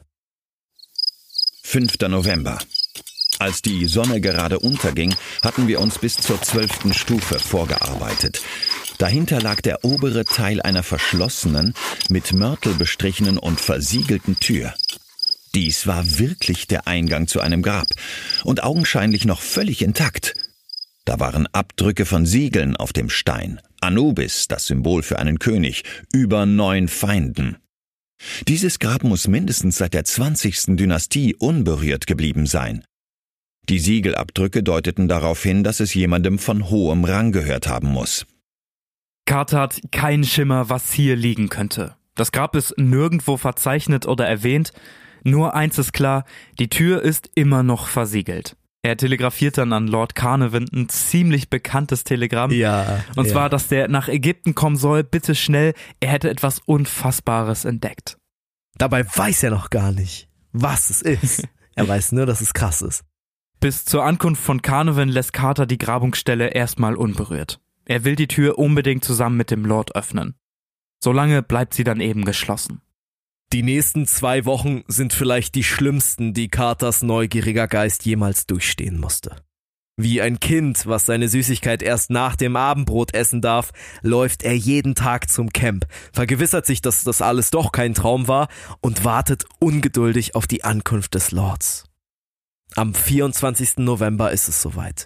5. November. Als die Sonne gerade unterging, hatten wir uns bis zur 12. Stufe vorgearbeitet. Dahinter lag der obere Teil einer verschlossenen, mit Mörtel bestrichenen und versiegelten Tür. Dies war wirklich der Eingang zu einem Grab und augenscheinlich noch völlig intakt. Da waren Abdrücke von Siegeln auf dem Stein, Anubis, das Symbol für einen König, über 9 Feinden. Dieses Grab muss mindestens seit der 20. Dynastie unberührt geblieben sein. Die Siegelabdrücke deuteten darauf hin, dass es jemandem von hohem Rang gehört haben muss. Carter hat keinen Schimmer, was hier liegen könnte. Das Grab ist nirgendwo verzeichnet oder erwähnt. Nur eins ist klar, die Tür ist immer noch versiegelt. Er telegrafiert dann an Lord Carnarvon ein ziemlich bekanntes Telegramm. Und zwar, dass der nach Ägypten kommen soll, bitte schnell, er hätte etwas Unfassbares entdeckt. Dabei weiß er noch gar nicht, was es ist. Er weiß nur, dass es krass ist. Bis zur Ankunft von Carnarvon lässt Carter die Grabungsstelle erstmal unberührt. Er will die Tür unbedingt zusammen mit dem Lord öffnen. Solange bleibt sie dann eben geschlossen. Die nächsten 2 Wochen sind vielleicht die schlimmsten, die Carters neugieriger Geist jemals durchstehen musste. Wie ein Kind, was seine Süßigkeit erst nach dem Abendbrot essen darf, läuft er jeden Tag zum Camp, vergewissert sich, dass das alles doch kein Traum war und wartet ungeduldig auf die Ankunft des Lords. Am 24. November ist es soweit.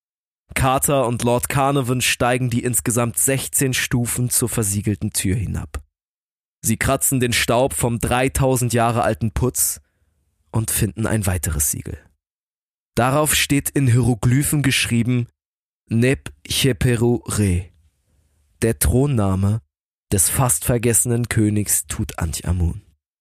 Carter und Lord Carnarvon steigen die insgesamt 16 Stufen zur versiegelten Tür hinab. Sie kratzen den Staub vom 3000 Jahre alten Putz und finden ein weiteres Siegel. Darauf steht in Hieroglyphen geschrieben Neb Cheperu Re, der Thronname des fast vergessenen Königs Tutanchamun.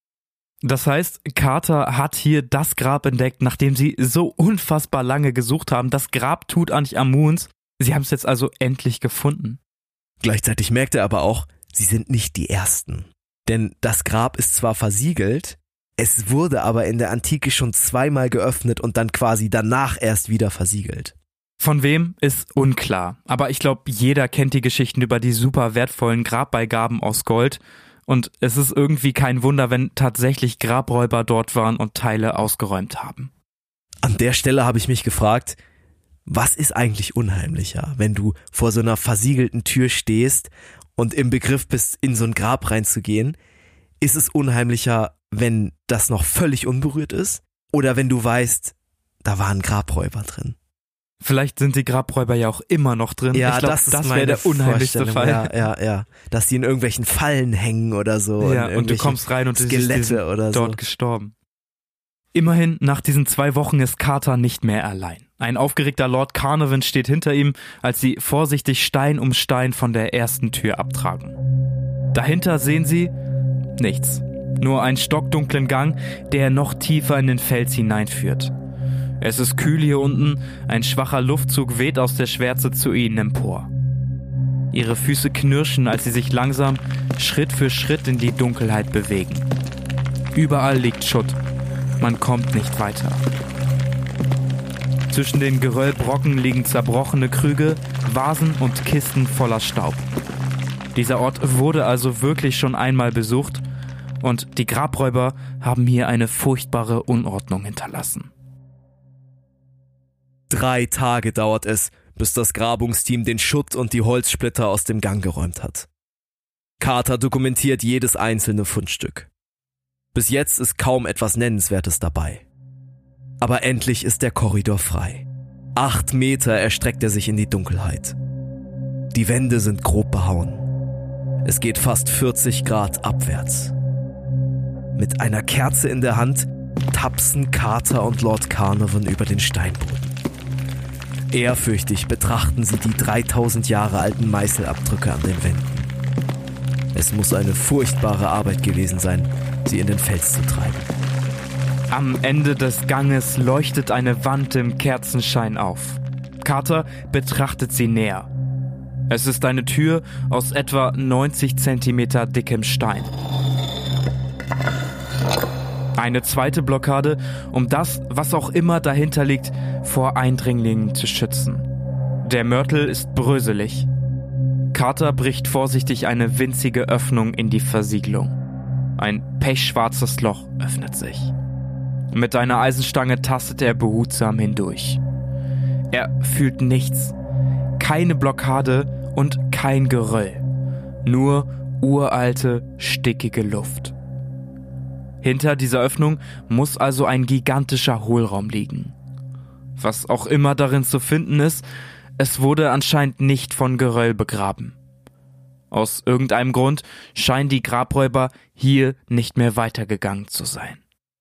Das heißt, Carter hat hier das Grab entdeckt, nachdem sie so unfassbar lange gesucht haben, das Grab Tutanchamuns. Sie haben es jetzt also endlich gefunden. Gleichzeitig merkt er aber auch, sie sind nicht die Ersten. Denn das Grab ist zwar versiegelt, es wurde aber in der Antike schon 2-mal geöffnet und dann quasi danach erst wieder versiegelt. Von wem ist unklar, aber ich glaube, jeder kennt die Geschichten über die super wertvollen Grabbeigaben aus Gold und es ist irgendwie kein Wunder, wenn tatsächlich Grabräuber dort waren und Teile ausgeräumt haben. An der Stelle habe ich mich gefragt, was ist eigentlich unheimlicher, wenn du vor so einer versiegelten Tür stehst und im Begriff bist, in so ein Grab reinzugehen? Ist es unheimlicher, wenn das noch völlig unberührt ist? Oder wenn du weißt, da waren Grabräuber drin? Vielleicht sind die Grabräuber ja auch immer noch drin. Ja, ich glaube, das wäre der unheimlichste Fall. Ja. Dass die in irgendwelchen Fallen hängen oder so. Ja, und du kommst rein und Skelette sind oder so. Dort gestorben. Immerhin, nach diesen 2 Wochen ist Carter nicht mehr allein. Ein aufgeregter Lord Carnarvon steht hinter ihm, als sie vorsichtig Stein um Stein von der ersten Tür abtragen. Dahinter sehen sie nichts. Nur einen stockdunklen Gang, der noch tiefer in den Fels hineinführt. Es ist kühl hier unten, ein schwacher Luftzug weht aus der Schwärze zu ihnen empor. Ihre Füße knirschen, als sie sich langsam, Schritt für Schritt in die Dunkelheit bewegen. Überall liegt Schutt. Man kommt nicht weiter. Zwischen den Geröllbrocken liegen zerbrochene Krüge, Vasen und Kisten voller Staub. Dieser Ort wurde also wirklich schon einmal besucht und die Grabräuber haben hier eine furchtbare Unordnung hinterlassen. 3 Tage dauert es, bis das Grabungsteam den Schutt und die Holzsplitter aus dem Gang geräumt hat. Carter dokumentiert jedes einzelne Fundstück. Bis jetzt ist kaum etwas Nennenswertes dabei. Aber endlich ist der Korridor frei. 8 Meter erstreckt er sich in die Dunkelheit. Die Wände sind grob behauen. Es geht fast 40 Grad abwärts. Mit einer Kerze in der Hand tapsen Carter und Lord Carnarvon über den Steinboden. Ehrfürchtig betrachten sie die 3000 Jahre alten Meißelabdrücke an den Wänden. Es muss eine furchtbare Arbeit gewesen sein, sie in den Fels zu treiben. Am Ende des Ganges leuchtet eine Wand im Kerzenschein auf. Carter betrachtet sie näher. Es ist eine Tür aus etwa 90 Zentimeter dickem Stein. Eine zweite Blockade, um das, was auch immer dahinter liegt, vor Eindringlingen zu schützen. Der Mörtel ist bröselig. Carter bricht vorsichtig eine winzige Öffnung in die Versiegelung. Ein pechschwarzes Loch öffnet sich. Mit einer Eisenstange tastet er behutsam hindurch. Er fühlt nichts. Keine Blockade und kein Geröll. Nur uralte, stickige Luft. Hinter dieser Öffnung muss also ein gigantischer Hohlraum liegen. Was auch immer darin zu finden ist, es wurde anscheinend nicht von Geröll begraben. Aus irgendeinem Grund scheinen die Grabräuber hier nicht mehr weitergegangen zu sein.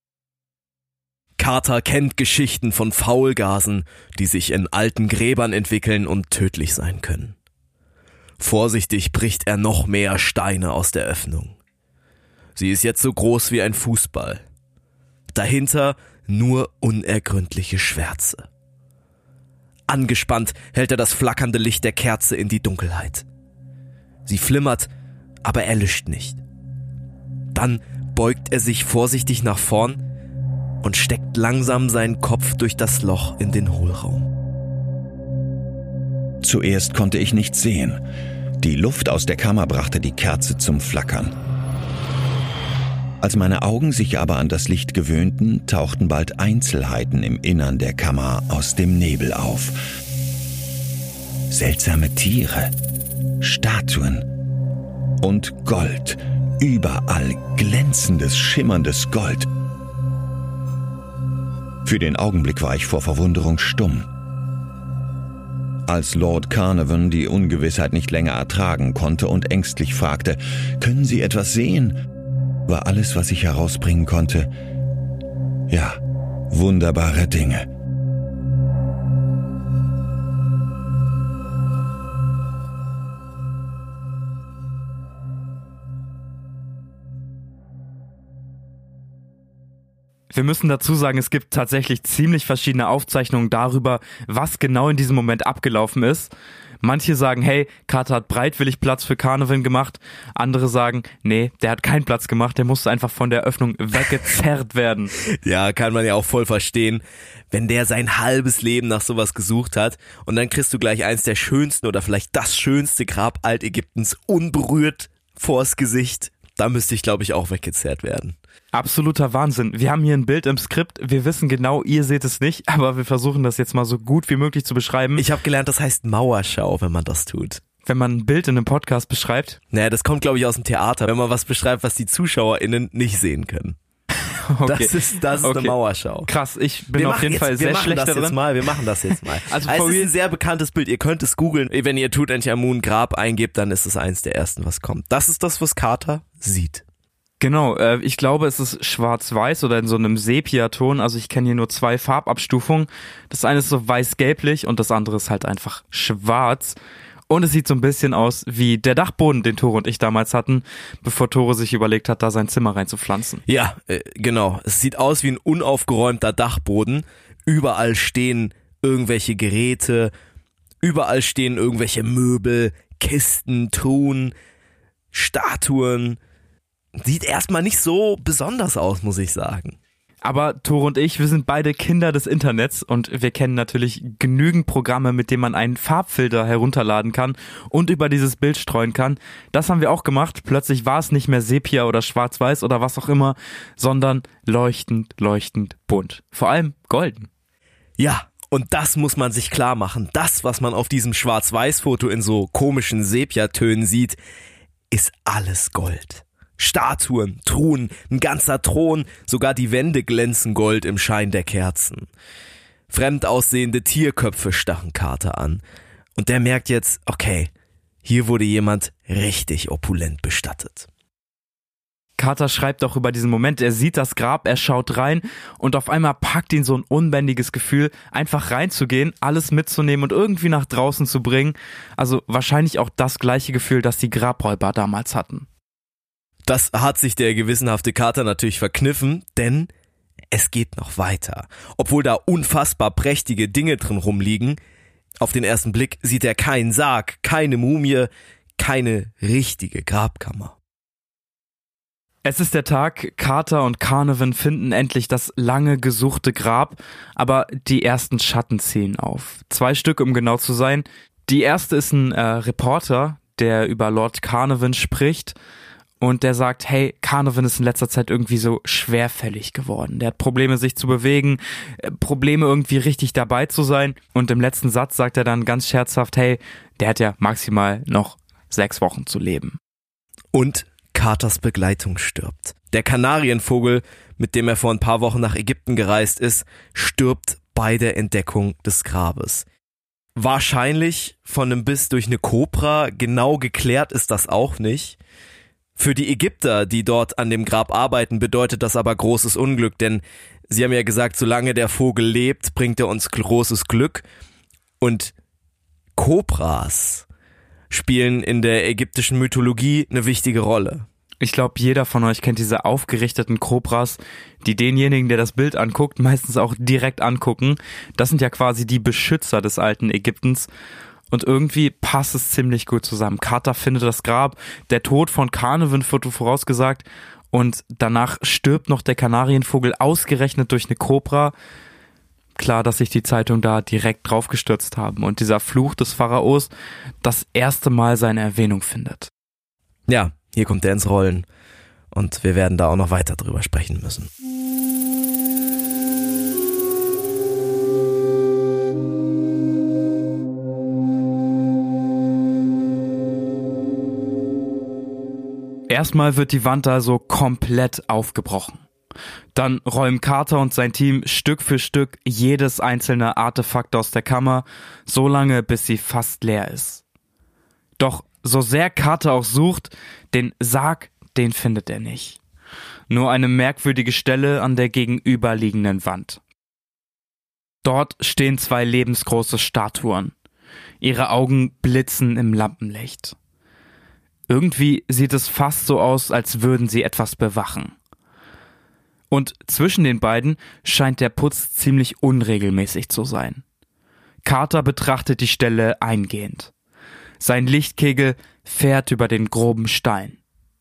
Carter kennt Geschichten von Faulgasen, die sich in alten Gräbern entwickeln und tödlich sein können. Vorsichtig bricht er noch mehr Steine aus der Öffnung. Sie ist jetzt so groß wie ein Fußball. Dahinter nur unergründliche Schwärze. Angespannt hält er das flackernde Licht der Kerze in die Dunkelheit. Sie flimmert, aber erlischt nicht. Dann beugt er sich vorsichtig nach vorn und steckt langsam seinen Kopf durch das Loch in den Hohlraum. Zuerst konnte ich nichts sehen. Die Luft aus der Kammer brachte die Kerze zum Flackern. Als meine Augen sich aber an das Licht gewöhnten, tauchten bald Einzelheiten im Innern der Kammer aus dem Nebel auf. Seltsame Tiere, Statuen und Gold. Überall glänzendes, schimmerndes Gold. Für den Augenblick war ich vor Verwunderung stumm. Als Lord Carnarvon die Ungewissheit nicht länger ertragen konnte und ängstlich fragte, »Können Sie etwas sehen?«, war alles, was ich herausbringen konnte, ja, wunderbare Dinge. Wir müssen dazu sagen, es gibt tatsächlich ziemlich verschiedene Aufzeichnungen darüber, was genau in diesem Moment abgelaufen ist. Manche sagen, hey, Carter hat bereitwillig Platz für Carnarvon gemacht. Andere sagen, nee, der hat keinen Platz gemacht, der musste einfach von der Öffnung weggezerrt werden. Ja, kann man ja auch voll verstehen, wenn der sein halbes Leben nach sowas gesucht hat und dann kriegst du gleich eins der schönsten oder vielleicht das schönste Grab Altägyptens unberührt vors Gesicht. Da müsste ich, glaube ich, auch weggezerrt werden. Absoluter Wahnsinn. Wir haben hier ein Bild im Skript. Wir wissen genau, ihr seht es nicht, aber wir versuchen das jetzt mal so gut wie möglich zu beschreiben. Ich habe gelernt, das heißt Mauerschau, wenn man das tut. Wenn man ein Bild in einem Podcast beschreibt? Naja, das kommt, glaube ich, aus dem Theater, wenn man was beschreibt, was die ZuschauerInnen nicht sehen können. Okay. Das ist okay. Eine Mauerschau. Krass, ich bin auf jeden Fall sehr schlecht darin. Wir machen das jetzt mal. Also es ist ein sehr bekanntes Bild, ihr könnt es googeln. Wenn ihr Tutanchamun Grab eingebt, dann ist es eins der ersten, was kommt. Das ist das, was Carter sieht. Genau, ich glaube, es ist schwarz-weiß oder in so einem Sepia-Ton. Also ich kenne hier nur 2 Farbabstufungen. Das eine ist so weiß-gelblich und das andere ist halt einfach schwarz. Und es sieht so ein bisschen aus wie der Dachboden, den Tore und ich damals hatten, bevor Tore sich überlegt hat, da sein Zimmer reinzupflanzen. Ja, genau. Es sieht aus wie ein unaufgeräumter Dachboden. Überall stehen irgendwelche Geräte, überall stehen irgendwelche Möbel, Kisten, Truhen, Statuen. Sieht erstmal nicht so besonders aus, muss ich sagen. Aber Tore und ich, wir sind beide Kinder des Internets und wir kennen natürlich genügend Programme, mit denen man einen Farbfilter herunterladen kann und über dieses Bild streuen kann. Das haben wir auch gemacht. Plötzlich war es nicht mehr Sepia oder Schwarz-Weiß oder was auch immer, sondern leuchtend, leuchtend bunt. Vor allem golden. Ja, und das muss man sich klar machen. Das, was man auf diesem Schwarz-Weiß-Foto in so komischen Sepia-Tönen sieht, ist alles Gold. Statuen, Truhen, ein ganzer Thron, sogar die Wände glänzen Gold im Schein der Kerzen. Fremd aussehende Tierköpfe stachen Carter an. Und der merkt jetzt, okay, hier wurde jemand richtig opulent bestattet. Carter schreibt auch über diesen Moment, er sieht das Grab, er schaut rein und auf einmal packt ihn so ein unbändiges Gefühl, einfach reinzugehen, alles mitzunehmen und irgendwie nach draußen zu bringen. Also wahrscheinlich auch das gleiche Gefühl, das die Grabräuber damals hatten. Das hat sich der gewissenhafte Carter natürlich verkniffen, denn es geht noch weiter. Obwohl da unfassbar prächtige Dinge drin rumliegen, auf den ersten Blick sieht er keinen Sarg, keine Mumie, keine richtige Grabkammer. Es ist der Tag, Carter und Carnarvon finden endlich das lange gesuchte Grab, aber die ersten Schatten ziehen auf. 2 Stück, um genau zu sein. Die erste ist ein Reporter, der über Lord Carnarvon spricht. Und der sagt, hey, Carnarvon ist in letzter Zeit irgendwie so schwerfällig geworden. Der hat Probleme, sich zu bewegen, Probleme irgendwie richtig dabei zu sein. Und im letzten Satz sagt er dann ganz scherzhaft, hey, der hat ja maximal noch 6 Wochen zu leben. Und Carters Begleitung stirbt. Der Kanarienvogel, mit dem er vor ein paar Wochen nach Ägypten gereist ist, stirbt bei der Entdeckung des Grabes. Wahrscheinlich von einem Biss durch eine Kobra, genau geklärt ist das auch nicht. Für die Ägypter, die dort an dem Grab arbeiten, bedeutet das aber großes Unglück, denn sie haben ja gesagt, solange der Vogel lebt, bringt er uns großes Glück. Und Kobras spielen in der ägyptischen Mythologie eine wichtige Rolle. Ich glaube, jeder von euch kennt diese aufgerichteten Kobras, die denjenigen, der das Bild anguckt, meistens auch direkt angucken. Das sind ja quasi die Beschützer des alten Ägyptens. Und irgendwie passt es ziemlich gut zusammen. Carter findet das Grab, der Tod von Carnarvon wird vorausgesagt und danach stirbt noch der Kanarienvogel ausgerechnet durch eine Kobra. Klar, dass sich die Zeitung da direkt draufgestürzt haben und dieser Fluch des Pharaos das erste Mal seine Erwähnung findet. Ja, hier kommt er ins Rollen und wir werden da auch noch weiter drüber sprechen müssen. Erstmal wird die Wand also komplett aufgebrochen. Dann räumen Carter und sein Team Stück für Stück jedes einzelne Artefakt aus der Kammer, so lange bis sie fast leer ist. Doch so sehr Carter auch sucht, den Sarg, den findet er nicht. Nur eine merkwürdige Stelle an der gegenüberliegenden Wand. Dort stehen 2 lebensgroße Statuen. Ihre Augen blitzen im Lampenlicht. Irgendwie sieht es fast so aus, als würden sie etwas bewachen. Und zwischen den beiden scheint der Putz ziemlich unregelmäßig zu sein. Carter betrachtet die Stelle eingehend. Sein Lichtkegel fährt über den groben Stein.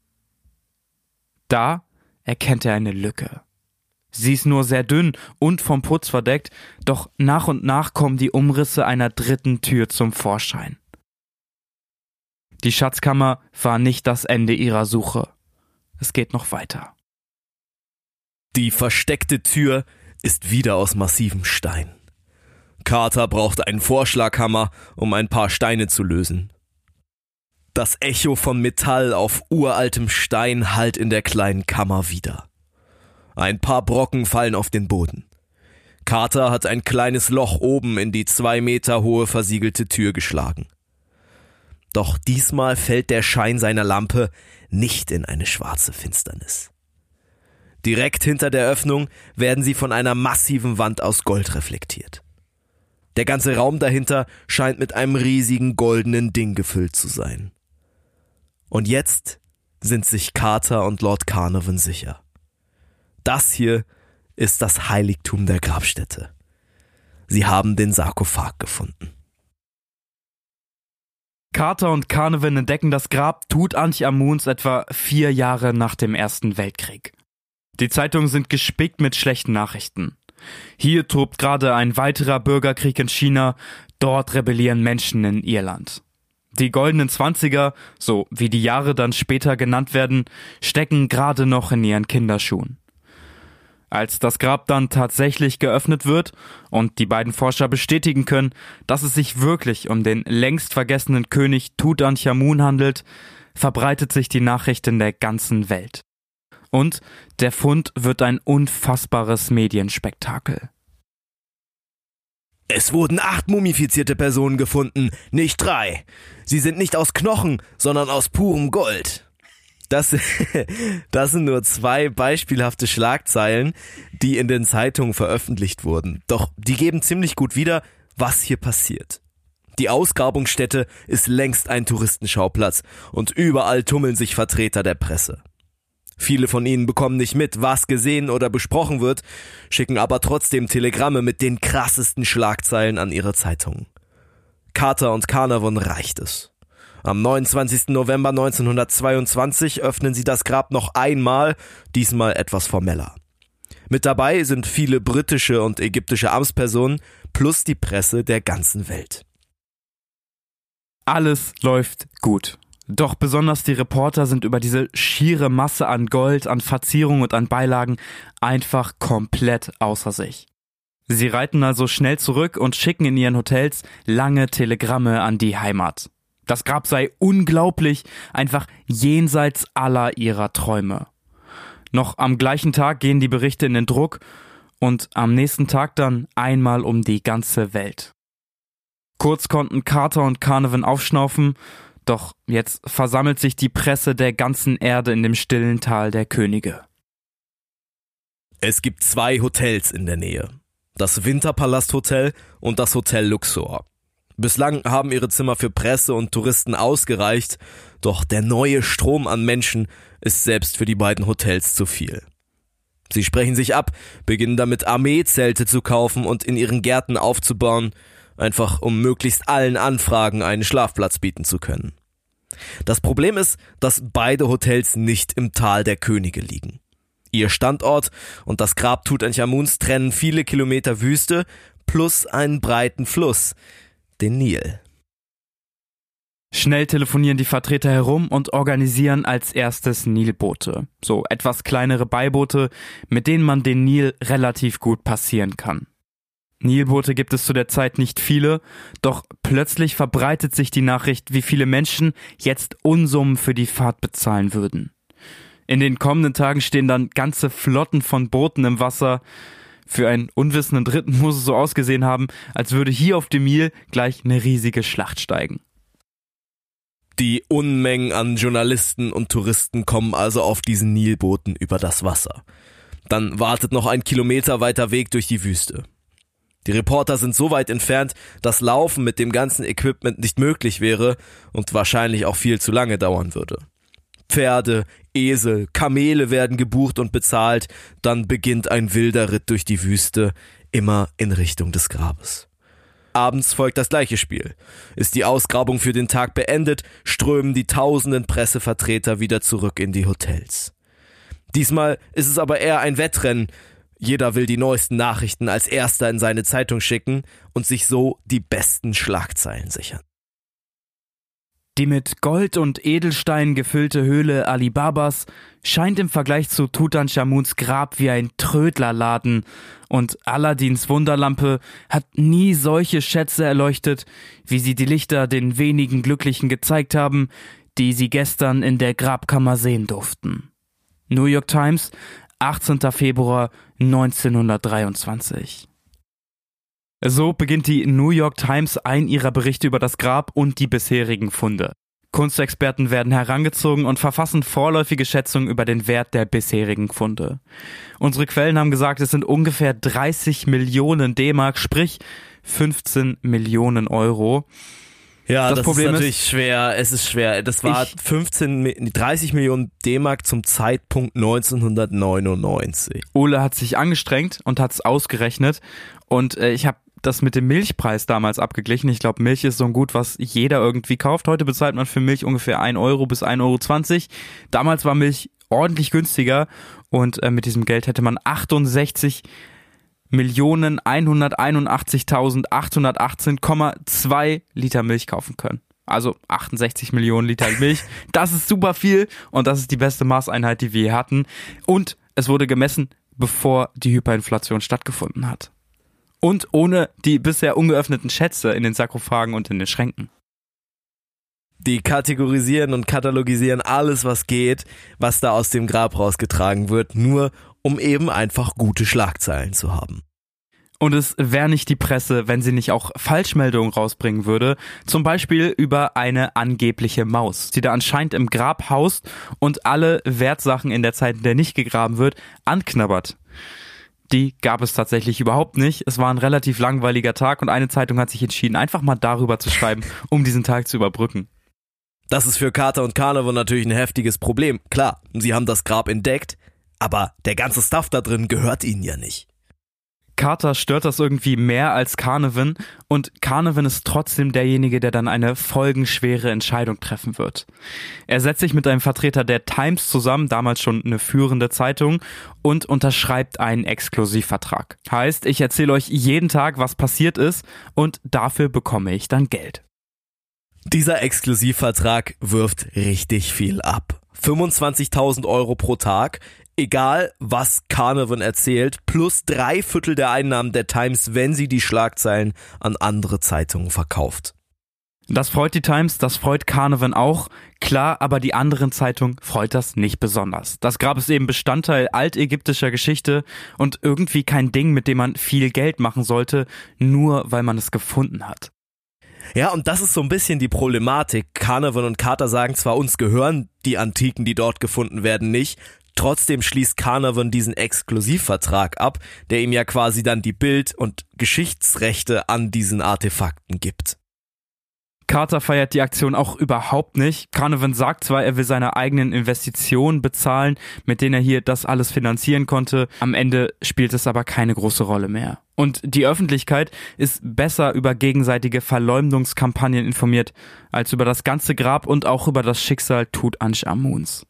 Da erkennt er eine Lücke. Sie ist nur sehr dünn und vom Putz verdeckt, doch nach und nach kommen die Umrisse einer dritten Tür zum Vorschein. Die Schatzkammer war nicht das Ende ihrer Suche. Es geht noch weiter. Die versteckte Tür ist wieder aus massivem Stein. Carter braucht einen Vorschlaghammer, um ein paar Steine zu lösen. Das Echo von Metall auf uraltem Stein hallt in der kleinen Kammer wieder. Ein paar Brocken fallen auf den Boden. Carter hat ein kleines Loch oben in die 2 Meter hohe versiegelte Tür geschlagen. Doch diesmal fällt der Schein seiner Lampe nicht in eine schwarze Finsternis. Direkt hinter der Öffnung werden sie von einer massiven Wand aus Gold reflektiert. Der ganze Raum dahinter scheint mit einem riesigen goldenen Ding gefüllt zu sein. Und jetzt sind sich Carter und Lord Carnarvon sicher. Das hier ist das Heiligtum der Grabstätte. Sie haben den Sarkophag gefunden. Carter und Carnarvon entdecken das Grab Tutanchamuns etwa 4 Jahre nach dem Ersten Weltkrieg. Die Zeitungen sind gespickt mit schlechten Nachrichten. Hier tobt gerade ein weiterer Bürgerkrieg in China, dort rebellieren Menschen in Irland. Die goldenen 20er, so wie die Jahre dann später genannt werden, stecken gerade noch in ihren Kinderschuhen. Als das Grab dann tatsächlich geöffnet wird und die beiden Forscher bestätigen können, dass es sich wirklich um den längst vergessenen König Tutanchamun handelt, verbreitet sich die Nachricht in der ganzen Welt. Und der Fund wird ein unfassbares Medienspektakel. Es wurden 8 mumifizierte Personen gefunden, nicht 3. Sie sind nicht aus Knochen, sondern aus purem Gold. Das sind nur 2 beispielhafte Schlagzeilen, die in den Zeitungen veröffentlicht wurden. Doch die geben ziemlich gut wieder, was hier passiert. Die Ausgrabungsstätte ist längst ein Touristenschauplatz und überall tummeln sich Vertreter der Presse. Viele von ihnen bekommen nicht mit, was gesehen oder besprochen wird, schicken aber trotzdem Telegramme mit den krassesten Schlagzeilen an ihre Zeitungen. Carter und Carnarvon reicht es. Am 29. November 1922 öffnen sie das Grab noch einmal, diesmal etwas formeller. Mit dabei sind viele britische und ägyptische Amtspersonen plus die Presse der ganzen Welt. Alles läuft gut. Doch besonders die Reporter sind über diese schiere Masse an Gold, an Verzierungen und an Beilagen einfach komplett außer sich. Sie reiten also schnell zurück und schicken in ihren Hotels lange Telegramme an die Heimat. Das Grab sei unglaublich, einfach jenseits aller ihrer Träume. Noch am gleichen Tag gehen die Berichte in den Druck und am nächsten Tag dann einmal um die ganze Welt. Kurz konnten Carter und Carnarvon aufschnaufen, doch jetzt versammelt sich die Presse der ganzen Erde in dem stillen Tal der Könige. Es gibt 2 Hotels in der Nähe. Das Winterpalast Hotel und das Hotel Luxor. Bislang haben ihre Zimmer für Presse und Touristen ausgereicht, doch der neue Strom an Menschen ist selbst für die beiden Hotels zu viel. Sie sprechen sich ab, beginnen damit Armeezelte zu kaufen und in ihren Gärten aufzubauen, einfach um möglichst allen Anfragen einen Schlafplatz bieten zu können. Das Problem ist, dass beide Hotels nicht im Tal der Könige liegen. Ihr Standort und das Grab Tutanchamuns trennen viele Kilometer Wüste plus einen breiten Fluss, den Nil. Schnell telefonieren die Vertreter herum und organisieren als erstes Nilboote. So etwas kleinere Beiboote, mit denen man den Nil relativ gut passieren kann. Nilboote gibt es zu der Zeit nicht viele, doch plötzlich verbreitet sich die Nachricht, wie viele Menschen jetzt Unsummen für die Fahrt bezahlen würden. In den kommenden Tagen stehen dann ganze Flotten von Booten im Wasser. Für einen unwissenden Dritten muss es so ausgesehen haben, als würde hier auf dem Nil gleich eine riesige Schlacht steigen. Die Unmengen an Journalisten und Touristen kommen also auf diesen Nilbooten über das Wasser. Dann wartet noch ein Kilometer weiter Weg durch die Wüste. Die Reporter sind so weit entfernt, dass Laufen mit dem ganzen Equipment nicht möglich wäre und wahrscheinlich auch viel zu lange dauern würde. Pferde, Esel, Kamele werden gebucht und bezahlt, dann beginnt ein wilder Ritt durch die Wüste, immer in Richtung des Grabes. Abends folgt das gleiche Spiel. Ist die Ausgrabung für den Tag beendet, strömen die tausenden Pressevertreter wieder zurück in die Hotels. Diesmal ist es aber eher ein Wettrennen. Jeder will die neuesten Nachrichten als erster in seine Zeitung schicken und sich so die besten Schlagzeilen sichern. Die mit Gold und Edelsteinen gefüllte Höhle Ali Babas scheint im Vergleich zu Tutanchamuns Grab wie ein Trödlerladen und Aladins Wunderlampe hat nie solche Schätze erleuchtet, wie sie die Lichter den wenigen Glücklichen gezeigt haben, die sie gestern in der Grabkammer sehen durften. New York Times, 18. Februar 1923. So beginnt die New York Times einen ihrer Berichte über das Grab und die bisherigen Funde. Kunstexperten werden herangezogen und verfassen vorläufige Schätzungen über den Wert der bisherigen Funde. Unsere Quellen haben gesagt, es sind ungefähr 30 Millionen D-Mark, sprich 15 Millionen Euro. Ja, das Problem ist natürlich schwer. Es ist schwer. Das war 30 Millionen D-Mark zum Zeitpunkt 1999. Ole hat sich angestrengt und hat es ausgerechnet. Und ich habe das mit dem Milchpreis damals abgeglichen. Ich glaube, Milch ist so ein Gut, was jeder irgendwie kauft. Heute bezahlt man für Milch ungefähr 1 Euro bis 1,20 Euro. Damals war Milch ordentlich günstiger und mit diesem Geld hätte man 68.181.818,2 Liter Milch kaufen können. Also 68 Millionen Liter Milch. Das ist super viel und das ist die beste Maßeinheit, die wir je hatten. Und es wurde gemessen, bevor die Hyperinflation stattgefunden hat. Und ohne die bisher ungeöffneten Schätze in den Sarkophagen und in den Schränken. Die kategorisieren und katalogisieren alles, was geht, was da aus dem Grab rausgetragen wird, nur um eben einfach gute Schlagzeilen zu haben. Und es wäre nicht die Presse, wenn sie nicht auch Falschmeldungen rausbringen würde, zum Beispiel über eine angebliche Maus, die da anscheinend im Grab haust und alle Wertsachen in der Zeit, in der nicht gegraben wird, anknabbert. Die gab es tatsächlich überhaupt nicht. Es war ein relativ langweiliger Tag und eine Zeitung hat sich entschieden, einfach mal darüber zu schreiben, um diesen Tag zu überbrücken. Das ist für Carter und Carnarvon natürlich ein heftiges Problem. Klar, sie haben das Grab entdeckt, aber der ganze Stuff da drin gehört ihnen ja nicht. Carter stört das irgendwie mehr als Carnarvon und Carnarvon ist trotzdem derjenige, der dann eine folgenschwere Entscheidung treffen wird. Er setzt sich mit einem Vertreter der Times zusammen, damals schon eine führende Zeitung, und unterschreibt einen Exklusivvertrag. Heißt, ich erzähle euch jeden Tag, was passiert ist und dafür bekomme ich dann Geld. Dieser Exklusivvertrag wirft richtig viel ab. 25.000 Euro pro Tag, egal was Carnarvon erzählt, plus 3/4 der Einnahmen der Times, wenn sie die Schlagzeilen an andere Zeitungen verkauft. Das freut die Times, das freut Carnarvon auch. Klar, aber die anderen Zeitungen freut das nicht besonders. Das Grab ist eben Bestandteil altägyptischer Geschichte und irgendwie kein Ding, mit dem man viel Geld machen sollte, nur weil man es gefunden hat. Ja, und das ist so ein bisschen die Problematik. Carnarvon und Carter sagen zwar, uns gehören die Antiken, die dort gefunden werden, nicht. Trotzdem schließt Carnarvon diesen Exklusivvertrag ab, der ihm ja quasi dann die Bild- und Geschichtsrechte an diesen Artefakten gibt. Carter feiert die Aktion auch überhaupt nicht. Carnarvon sagt zwar, er will seine eigenen Investitionen bezahlen, mit denen er hier das alles finanzieren konnte. Am Ende spielt es aber keine große Rolle mehr. Und die Öffentlichkeit ist besser über gegenseitige Verleumdungskampagnen informiert, als über das ganze Grab und auch über das Schicksal Tutanchamuns.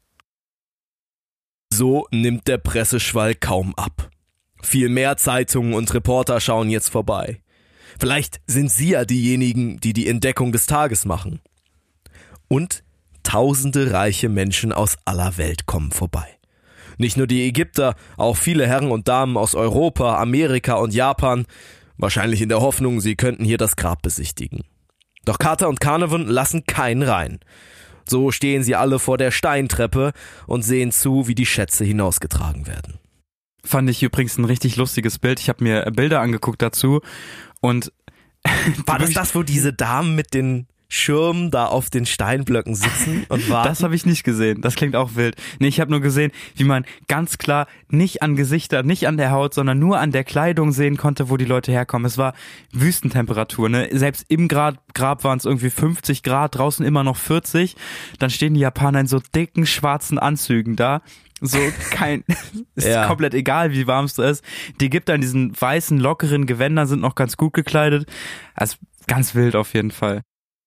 So nimmt der Presseschwall kaum ab. Viel mehr Zeitungen und Reporter schauen jetzt vorbei. Vielleicht sind sie ja diejenigen, die die Entdeckung des Tages machen. Und tausende reiche Menschen aus aller Welt kommen vorbei. Nicht nur die Ägypter, auch viele Herren und Damen aus Europa, Amerika und Japan, wahrscheinlich in der Hoffnung, sie könnten hier das Grab besichtigen. Doch Carter und Carnarvon lassen keinen rein. So stehen sie alle vor der Steintreppe und sehen zu, wie die Schätze hinausgetragen werden. Fand ich übrigens ein richtig lustiges Bild. Ich habe mir Bilder angeguckt dazu und war das, wo diese Damen mit den Schirmen da auf den Steinblöcken sitzen und warten? Das habe ich nicht gesehen. Das klingt auch wild. Nee, ich habe nur gesehen, wie man ganz klar nicht an Gesichter, nicht an der Haut, sondern nur an der Kleidung sehen konnte, wo die Leute herkommen. Es war Wüstentemperatur, ne? Selbst im Grab waren es irgendwie 50 Grad, draußen immer noch 40. Dann stehen die Japaner in so dicken schwarzen Anzügen da. So ist komplett egal, wie warm es da ist. Die Ägypter in diesen weißen, lockeren Gewändern sind noch ganz gut gekleidet. Also ganz wild auf jeden Fall.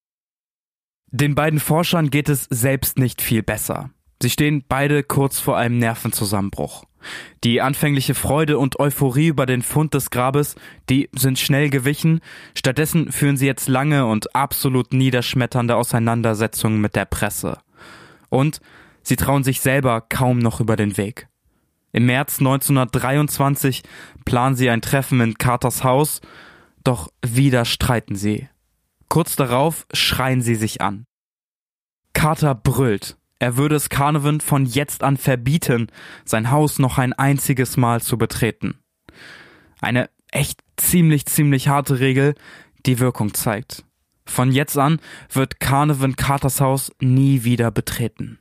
Den beiden Forschern geht es selbst nicht viel besser. Sie stehen beide kurz vor einem Nervenzusammenbruch. Die anfängliche Freude und Euphorie über den Fund des Grabes, die sind schnell gewichen. Stattdessen führen sie jetzt lange und absolut niederschmetternde Auseinandersetzungen mit der Presse. Und sie trauen sich selber kaum noch über den Weg. Im März 1923 planen sie ein Treffen in Carters Haus, doch wieder streiten sie. Kurz darauf schreien sie sich an. Carter brüllt, er würde es Carnarvon von jetzt an verbieten, sein Haus noch ein einziges Mal zu betreten. Eine echt ziemlich harte Regel, die Wirkung zeigt. Von jetzt an wird Carnarvon Carters Haus nie wieder betreten.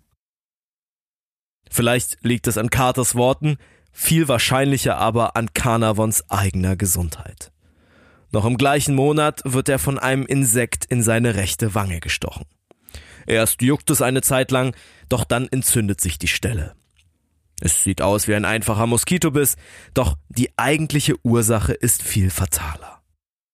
Vielleicht liegt es an Carters Worten, viel wahrscheinlicher aber an Carnarvons eigener Gesundheit. Noch im gleichen Monat wird er von einem Insekt in seine rechte Wange gestochen. Erst juckt es eine Zeit lang, doch dann entzündet sich die Stelle. Es sieht aus wie ein einfacher Moskitobiss, doch die eigentliche Ursache ist viel fataler.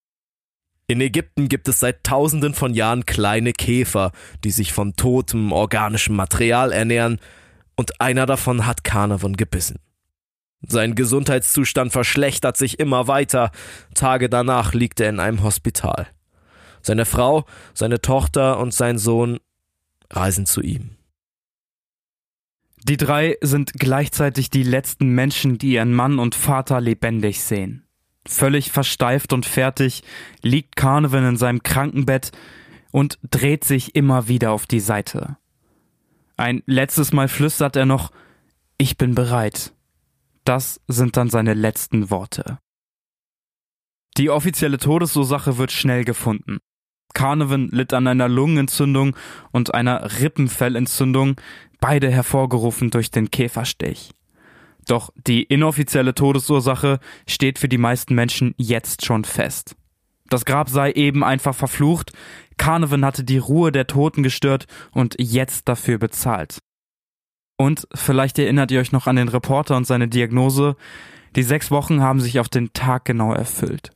In Ägypten gibt es seit Tausenden von Jahren kleine Käfer, die sich von totem, organischem Material ernähren, und einer davon hat Carnarvon gebissen. Sein Gesundheitszustand verschlechtert sich immer weiter. Tage danach liegt er in einem Hospital. Seine Frau, seine Tochter und sein Sohn reisen zu ihm. Die drei sind gleichzeitig die letzten Menschen, die ihren Mann und Vater lebendig sehen. Völlig versteift und fertig liegt Carnarvon in seinem Krankenbett und dreht sich immer wieder auf die Seite. Ein letztes Mal flüstert er noch: „Ich bin bereit." Das sind dann seine letzten Worte. Die offizielle Todesursache wird schnell gefunden. Carnarvon litt an einer Lungenentzündung und einer Rippenfellentzündung, beide hervorgerufen durch den Käferstich. Doch die inoffizielle Todesursache steht für die meisten Menschen jetzt schon fest. Das Grab sei eben einfach verflucht, Carnarvon hatte die Ruhe der Toten gestört und jetzt dafür bezahlt. Und vielleicht erinnert ihr euch noch an den Reporter und seine Diagnose, die 6 Wochen haben sich auf den Tag genau erfüllt.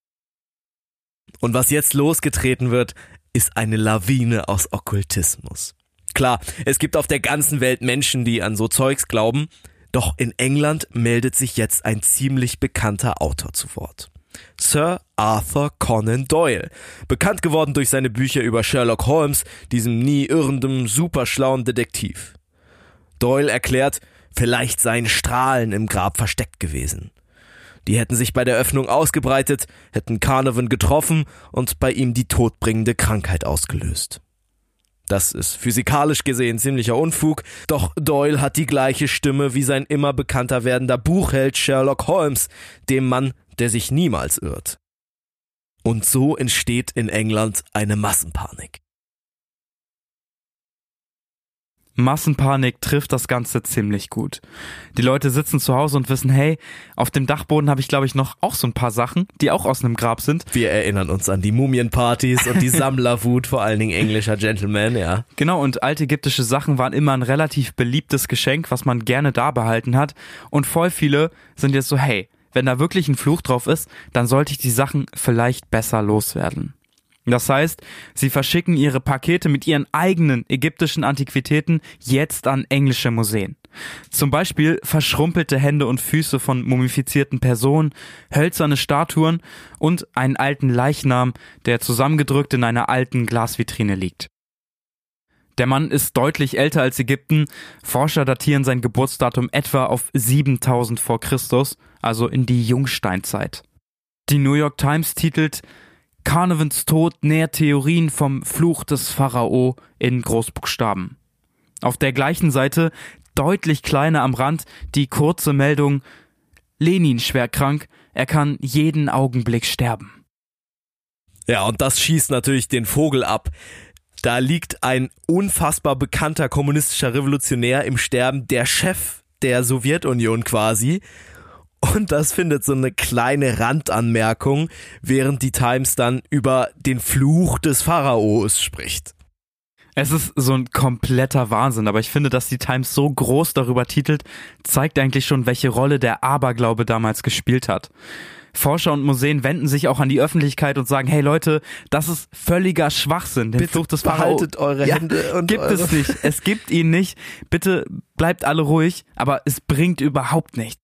Und was jetzt losgetreten wird, ist eine Lawine aus Okkultismus. Klar, es gibt auf der ganzen Welt Menschen, die an so Zeugs glauben, doch in England meldet sich jetzt ein ziemlich bekannter Autor zu Wort. Sir Arthur Conan Doyle, bekannt geworden durch seine Bücher über Sherlock Holmes, diesem nie irrenden, superschlauen Detektiv. Doyle erklärt, vielleicht seien Strahlen im Grab versteckt gewesen. Die hätten sich bei der Öffnung ausgebreitet, hätten Carnarvon getroffen und bei ihm die todbringende Krankheit ausgelöst. Das ist physikalisch gesehen ziemlicher Unfug, doch Doyle hat die gleiche Stimme wie sein immer bekannter werdender Buchheld Sherlock Holmes, dem Mann, der sich niemals irrt. Und so entsteht in England eine Massenpanik. Massenpanik trifft das Ganze ziemlich gut. Die Leute sitzen zu Hause und wissen, hey, auf dem Dachboden habe ich, glaube ich, noch auch so ein paar Sachen, die auch aus einem Grab sind. Wir erinnern uns an die Mumienpartys und die Sammlerwut, vor allen Dingen englischer Gentlemen, ja. Genau, und altägyptische Sachen waren immer ein relativ beliebtes Geschenk, was man gerne da behalten hat. Und voll viele sind jetzt so, hey, wenn da wirklich ein Fluch drauf ist, dann sollte ich die Sachen vielleicht besser loswerden. Das heißt, sie verschicken ihre Pakete mit ihren eigenen ägyptischen Antiquitäten jetzt an englische Museen. Zum Beispiel verschrumpelte Hände und Füße von mumifizierten Personen, hölzerne Statuen und einen alten Leichnam, der zusammengedrückt in einer alten Glasvitrine liegt. Der Mann ist deutlich älter als Ägypten. Forscher datieren sein Geburtsdatum etwa auf 7000 vor Christus, also in die Jungsteinzeit. Die New York Times titelt: Carnavons Tod nährt Theorien vom Fluch des Pharao in Großbuchstaben. Auf der gleichen Seite, deutlich kleiner am Rand, die kurze Meldung: Lenin schwer krank, er kann jeden Augenblick sterben. Ja, und das schießt natürlich den Vogel ab. Da liegt ein unfassbar bekannter kommunistischer Revolutionär im Sterben, der Chef der Sowjetunion quasi. Und das findet so eine kleine Randanmerkung, während die Times dann über den Fluch des Pharaos spricht. Es ist so ein kompletter Wahnsinn, aber ich finde, dass die Times so groß darüber titelt, zeigt eigentlich schon, welche Rolle der Aberglaube damals gespielt hat. Forscher und Museen wenden sich auch an die Öffentlichkeit und sagen, hey Leute, das ist völliger Schwachsinn. Den Bitte Fluch des Pharao behaltet eure Hände und gibt es nicht. Es gibt ihn nicht. Bitte bleibt alle ruhig, aber es bringt überhaupt nichts.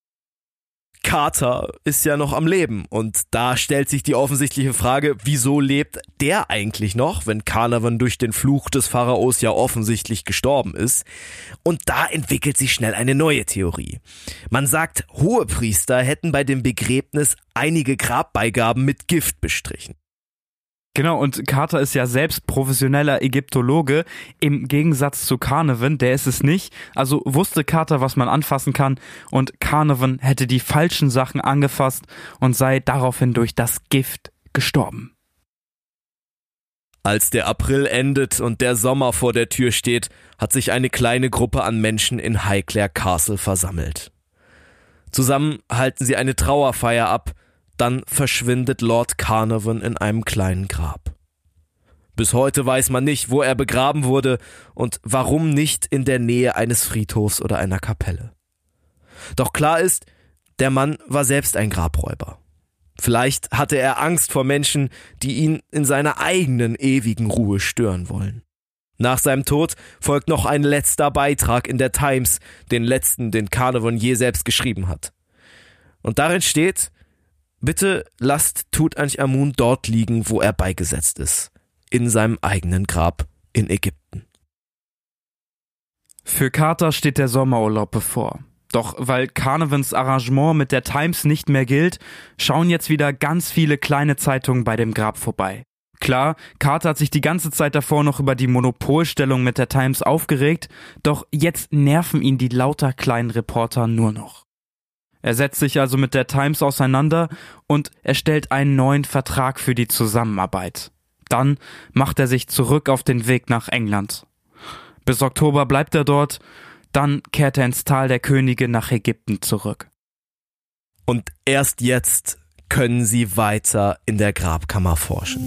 Carter ist ja noch am Leben und da stellt sich die offensichtliche Frage, wieso lebt der eigentlich noch, wenn Carnarvon durch den Fluch des Pharaos ja offensichtlich gestorben ist? Und da entwickelt sich schnell eine neue Theorie. Man sagt, Hohepriester hätten bei dem Begräbnis einige Grabbeigaben mit Gift bestrichen. Genau, und Carter ist ja selbst professioneller Ägyptologe, im Gegensatz zu Carnarvon, der ist es nicht. Also wusste Carter, was man anfassen kann, und Carnarvon hätte die falschen Sachen angefasst und sei daraufhin durch das Gift gestorben. Als der April endet und der Sommer vor der Tür steht, hat sich eine kleine Gruppe an Menschen in Highclere Castle versammelt. Zusammen halten sie eine Trauerfeier ab. Dann verschwindet Lord Carnarvon in einem kleinen Grab. Bis heute weiß man nicht, wo er begraben wurde und warum nicht in der Nähe eines Friedhofs oder einer Kapelle. Doch klar ist, der Mann war selbst ein Grabräuber. Vielleicht hatte er Angst vor Menschen, die ihn in seiner eigenen ewigen Ruhe stören wollen. Nach seinem Tod folgt noch ein letzter Beitrag in der Times, den letzten, den Carnarvon je selbst geschrieben hat. Und darin steht: Bitte lasst Tutanchamun dort liegen, wo er beigesetzt ist, in seinem eigenen Grab in Ägypten. Für Carter steht der Sommerurlaub bevor. Doch weil Carnarvons Arrangement mit der Times nicht mehr gilt, schauen jetzt wieder ganz viele kleine Zeitungen bei dem Grab vorbei. Klar, Carter hat sich die ganze Zeit davor noch über die Monopolstellung mit der Times aufgeregt, doch jetzt nerven ihn die lauter kleinen Reporter nur noch. Er setzt sich also mit der Times auseinander und erstellt einen neuen Vertrag für die Zusammenarbeit. Dann macht er sich zurück auf den Weg nach England. Bis Oktober bleibt er dort, dann kehrt er ins Tal der Könige nach Ägypten zurück. Und erst jetzt können sie weiter in der Grabkammer forschen.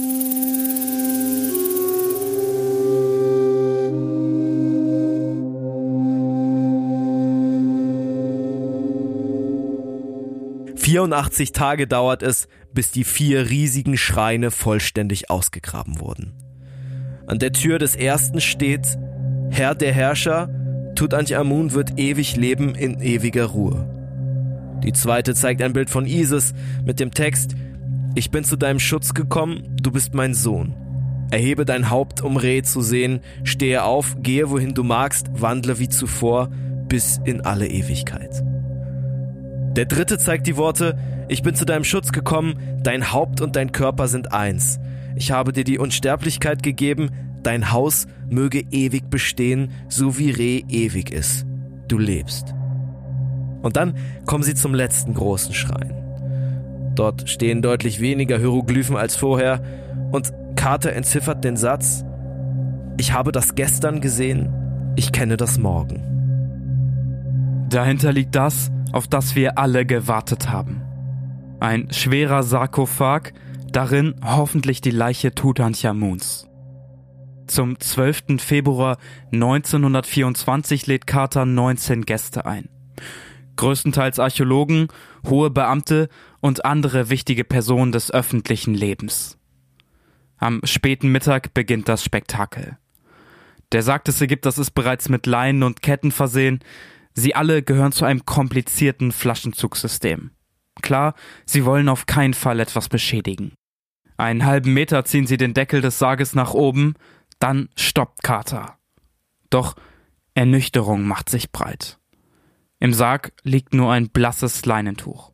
...84 Tage dauert es, bis die 4 riesigen Schreine vollständig ausgegraben wurden. An der Tür des ersten steht: Herr der Herrscher, Tutanchamun wird ewig leben in ewiger Ruhe. Die zweite zeigt ein Bild von Isis mit dem Text: Ich bin zu deinem Schutz gekommen, du bist mein Sohn. Erhebe dein Haupt, um Re zu sehen, stehe auf, gehe wohin du magst, wandle wie zuvor, bis in alle Ewigkeit. Der dritte zeigt die Worte: Ich bin zu deinem Schutz gekommen, dein Haupt und dein Körper sind eins. Ich habe dir die Unsterblichkeit gegeben, dein Haus möge ewig bestehen, so wie Re ewig ist. Du lebst. Und dann kommen sie zum letzten großen Schrein. Dort stehen deutlich weniger Hieroglyphen als vorher und Carter entziffert den Satz: Ich habe das gestern gesehen, Ich kenne das Morgen. Dahinter liegt das, auf das wir alle gewartet haben. Ein schwerer Sarkophag, darin hoffentlich die Leiche Tutanchamuns. Zum 12. Februar 1924 lädt Carter 19 Gäste ein. Größtenteils Archäologen, hohe Beamte und andere wichtige Personen des öffentlichen Lebens. Am späten Mittag beginnt das Spektakel. Der Sarg des Ägypters ist bereits mit Leinen und Ketten versehen. Sie alle gehören zu einem komplizierten Flaschenzugssystem. Klar, sie wollen auf keinen Fall etwas beschädigen. Einen halben Meter ziehen sie den Deckel des Sarges nach oben, dann stoppt Carter. Doch Ernüchterung macht sich breit. Im Sarg liegt nur ein blasses Leinentuch.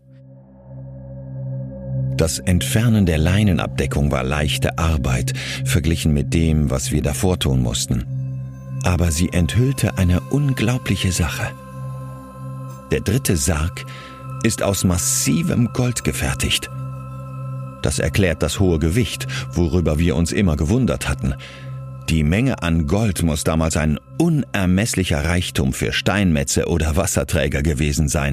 Das Entfernen der Leinenabdeckung war leichte Arbeit, verglichen mit dem, was wir davor tun mussten. Aber sie enthüllte eine unglaubliche Sache. Der dritte Sarg ist aus massivem Gold gefertigt. Das erklärt das hohe Gewicht, worüber wir uns immer gewundert hatten. Die Menge an Gold muss damals ein unermesslicher Reichtum für Steinmetze oder Wasserträger gewesen sein.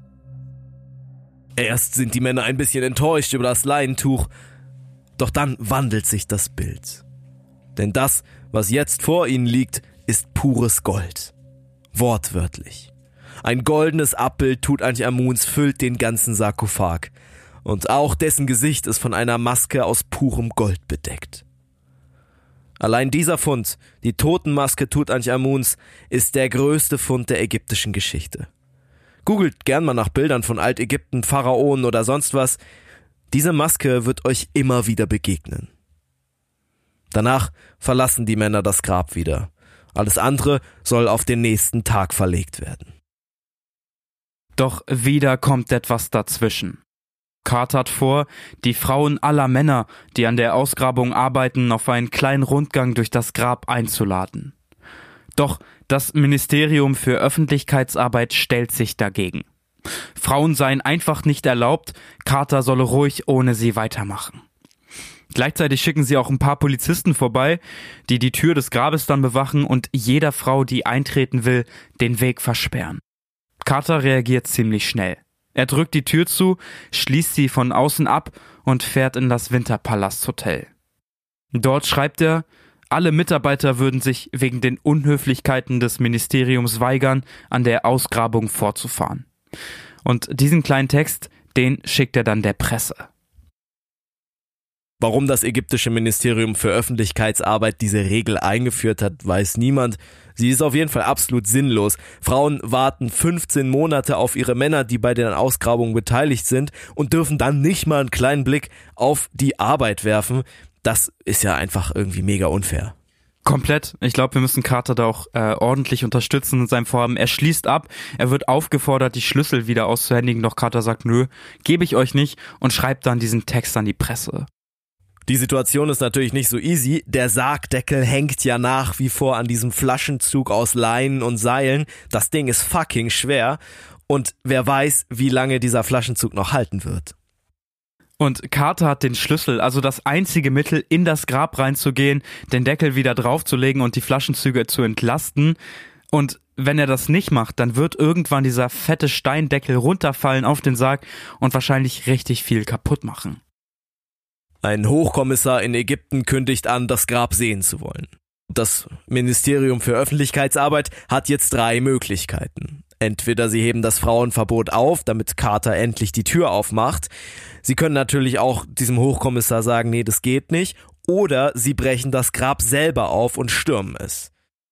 Erst sind die Männer ein bisschen enttäuscht über das Leinentuch, doch dann wandelt sich das Bild. Denn das, was jetzt vor ihnen liegt, ist pures Gold. Wortwörtlich. Ein goldenes Abbild Tutanchamuns füllt den ganzen Sarkophag. Und auch dessen Gesicht ist von einer Maske aus purem Gold bedeckt. Allein dieser Fund, die Totenmaske Tutanchamuns, ist der größte Fund der ägyptischen Geschichte. Googelt gern mal nach Bildern von Altägypten, Pharaonen oder sonst was. Diese Maske wird euch immer wieder begegnen. Danach verlassen die Männer das Grab wieder. Alles andere soll auf den nächsten Tag verlegt werden. Doch wieder kommt etwas dazwischen. Carter hat vor, die Frauen aller Männer, die an der Ausgrabung arbeiten, auf einen kleinen Rundgang durch das Grab einzuladen. Doch das Ministerium für Öffentlichkeitsarbeit stellt sich dagegen. Frauen seien einfach nicht erlaubt, Carter solle ruhig ohne sie weitermachen. Gleichzeitig schicken sie auch ein paar Polizisten vorbei, die die Tür des Grabes dann bewachen und jeder Frau, die eintreten will, den Weg versperren. Carter reagiert ziemlich schnell. Er drückt die Tür zu, schließt sie von außen ab und fährt in das Winterpalast Hotel. Dort schreibt er, alle Mitarbeiter würden sich wegen den Unhöflichkeiten des Ministeriums weigern, an der Ausgrabung fortzufahren. Und diesen kleinen Text, den schickt er dann der Presse. Warum das ägyptische Ministerium für Öffentlichkeitsarbeit diese Regel eingeführt hat, weiß niemand. Sie ist auf jeden Fall absolut sinnlos. Frauen warten 15 Monate auf ihre Männer, die bei den Ausgrabungen beteiligt sind, und dürfen dann nicht mal einen kleinen Blick auf die Arbeit werfen. Das ist ja einfach irgendwie mega unfair. Komplett. Ich glaube, wir müssen Carter da auch ordentlich unterstützen in seinem Vorhaben. Er schließt ab, er wird aufgefordert, die Schlüssel wieder auszuhändigen, doch Carter sagt, nö, gebe ich euch nicht, und schreibt dann diesen Text an die Presse. Die Situation ist natürlich nicht so easy. Der Sargdeckel hängt ja nach wie vor an diesem Flaschenzug aus Leinen und Seilen. Das Ding ist fucking schwer. Und wer weiß, wie lange dieser Flaschenzug noch halten wird. Und Carter hat den Schlüssel, also das einzige Mittel, in das Grab reinzugehen, den Deckel wieder draufzulegen und die Flaschenzüge zu entlasten. Und wenn er das nicht macht, dann wird irgendwann dieser fette Steindeckel runterfallen auf den Sarg und wahrscheinlich richtig viel kaputt machen. Ein Hochkommissar in Ägypten kündigt an, das Grab sehen zu wollen. Das Ministerium für Öffentlichkeitsarbeit hat jetzt 3 Möglichkeiten. Entweder sie heben das Frauenverbot auf, damit Carter endlich die Tür aufmacht. Sie können natürlich auch diesem Hochkommissar sagen, nee, das geht nicht. Oder sie brechen das Grab selber auf und stürmen es.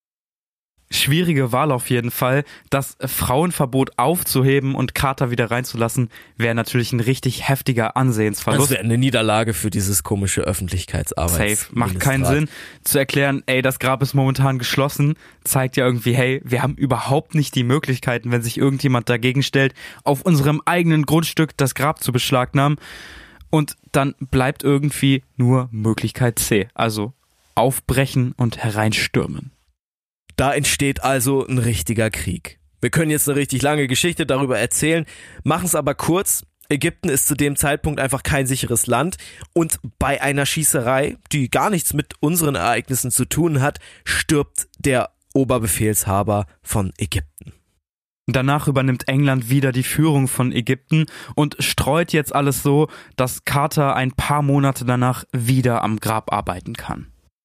Schwierige Wahl auf jeden Fall. Das Frauenverbot aufzuheben und Carter wieder reinzulassen, wäre natürlich ein richtig heftiger Ansehensverlust. Das wäre eine Niederlage für dieses komische Öffentlichkeitsarbeit. Safe. Macht keinen Sinn. Zu erklären, ey, das Grab ist momentan geschlossen, zeigt ja irgendwie, hey, wir haben überhaupt nicht die Möglichkeiten, wenn sich irgendjemand dagegen stellt, auf unserem eigenen Grundstück das Grab zu beschlagnahmen. Und dann bleibt irgendwie nur Möglichkeit C. Also aufbrechen und hereinstürmen. Da entsteht also ein richtiger Krieg. Wir können jetzt eine richtig lange Geschichte darüber erzählen, machen es aber kurz. Ägypten ist zu dem Zeitpunkt einfach kein sicheres Land und bei einer Schießerei, die gar nichts mit unseren Ereignissen zu tun hat, stirbt der Oberbefehlshaber von Ägypten. Danach übernimmt England wieder die Führung von Ägypten und streut jetzt alles so, dass Carter ein paar Monate danach wieder am Grab arbeiten kann.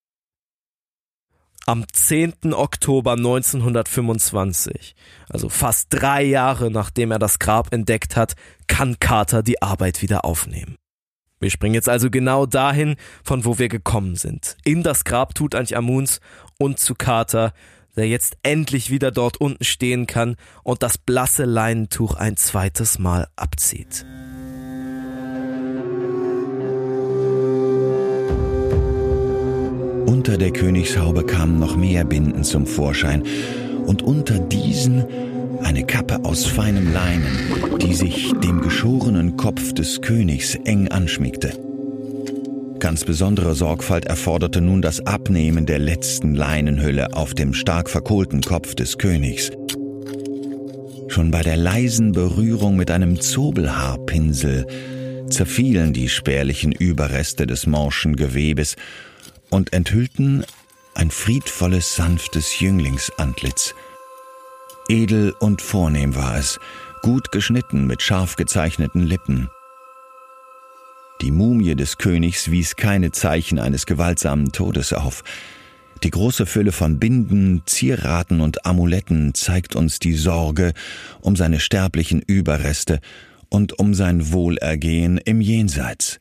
Am 10. Oktober 1925, also fast 3 Jahre nachdem er das Grab entdeckt hat, kann Carter die Arbeit wieder aufnehmen. Wir springen jetzt also genau dahin, von wo wir gekommen sind, in das Grab Tutanchamuns und zu Carter, der jetzt endlich wieder dort unten stehen kann und das blasse Leinentuch ein zweites Mal abzieht. Unter der Königshaube kamen noch mehr Binden zum Vorschein und unter diesen eine Kappe aus feinem Leinen, die sich dem geschorenen Kopf des Königs eng anschmiegte. Ganz besondere Sorgfalt erforderte nun das Abnehmen der letzten Leinenhülle auf dem stark verkohlten Kopf des Königs. Schon bei der leisen Berührung mit einem Zobelhaarpinsel zerfielen die spärlichen Überreste des morschen Gewebes und enthüllten ein friedvolles, sanftes Jünglingsantlitz. Edel und vornehm war es, gut geschnitten mit scharf gezeichneten Lippen. Die Mumie des Königs wies keine Zeichen eines gewaltsamen Todes auf. Die große Fülle von Binden, Zieraten und Amuletten zeigt uns die Sorge um seine sterblichen Überreste und um sein Wohlergehen im Jenseits.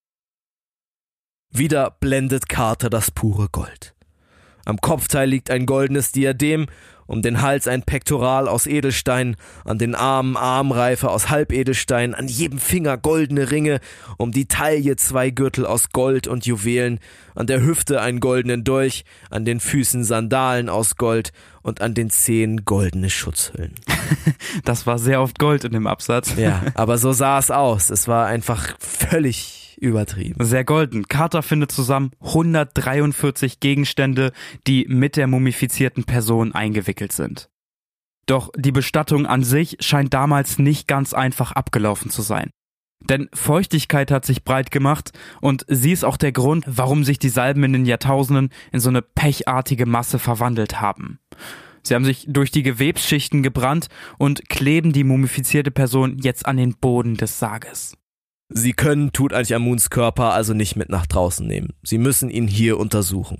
Wieder blendet Carter das pure Gold. Am Kopfteil liegt ein goldenes Diadem, um den Hals ein Pektoral aus Edelstein, an den Armen Armreife aus Halbedelstein, an jedem Finger goldene Ringe, um die Taille 2 Gürtel aus Gold und Juwelen, an der Hüfte einen goldenen Dolch, an den Füßen Sandalen aus Gold und an den Zehen goldene Schutzhüllen. Das war sehr oft Gold in dem Absatz. Ja, aber so sah es aus. Es war einfach völlig übertrieben. Sehr golden. Carter findet zusammen 143 Gegenstände, die mit der mumifizierten Person eingewickelt sind. Doch die Bestattung an sich scheint damals nicht ganz einfach abgelaufen zu sein. Denn Feuchtigkeit hat sich breit gemacht und sie ist auch der Grund, warum sich die Salben in den Jahrtausenden in so eine pechartige Masse verwandelt haben. Sie haben sich durch die Gewebsschichten gebrannt und kleben die mumifizierte Person jetzt an den Boden des Sarges. Sie können Tutanchamuns Körper also nicht mit nach draußen nehmen. Sie müssen ihn hier untersuchen.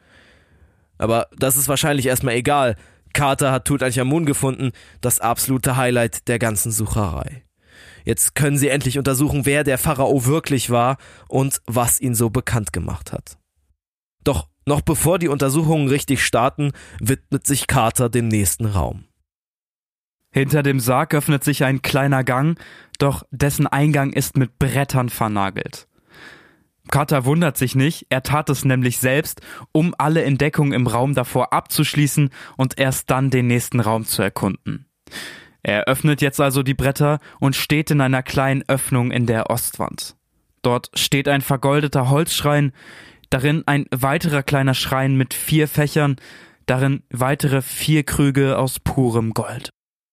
Aber das ist wahrscheinlich erstmal egal. Carter hat Tutanchamun gefunden, das absolute Highlight der ganzen Sucherei. Jetzt können sie endlich untersuchen, wer der Pharao wirklich war und was ihn so bekannt gemacht hat. Doch noch bevor die Untersuchungen richtig starten, widmet sich Carter dem nächsten Raum. Hinter dem Sarg öffnet sich ein kleiner Gang, doch dessen Eingang ist mit Brettern vernagelt. Carter wundert sich nicht, er tat es nämlich selbst, um alle Entdeckungen im Raum davor abzuschließen und erst dann den nächsten Raum zu erkunden. Er öffnet jetzt also die Bretter und steht in einer kleinen Öffnung in der Ostwand. Dort steht ein vergoldeter Holzschrein, darin ein weiterer kleiner Schrein mit 4 Fächern, darin weitere 4 Krüge aus purem Gold.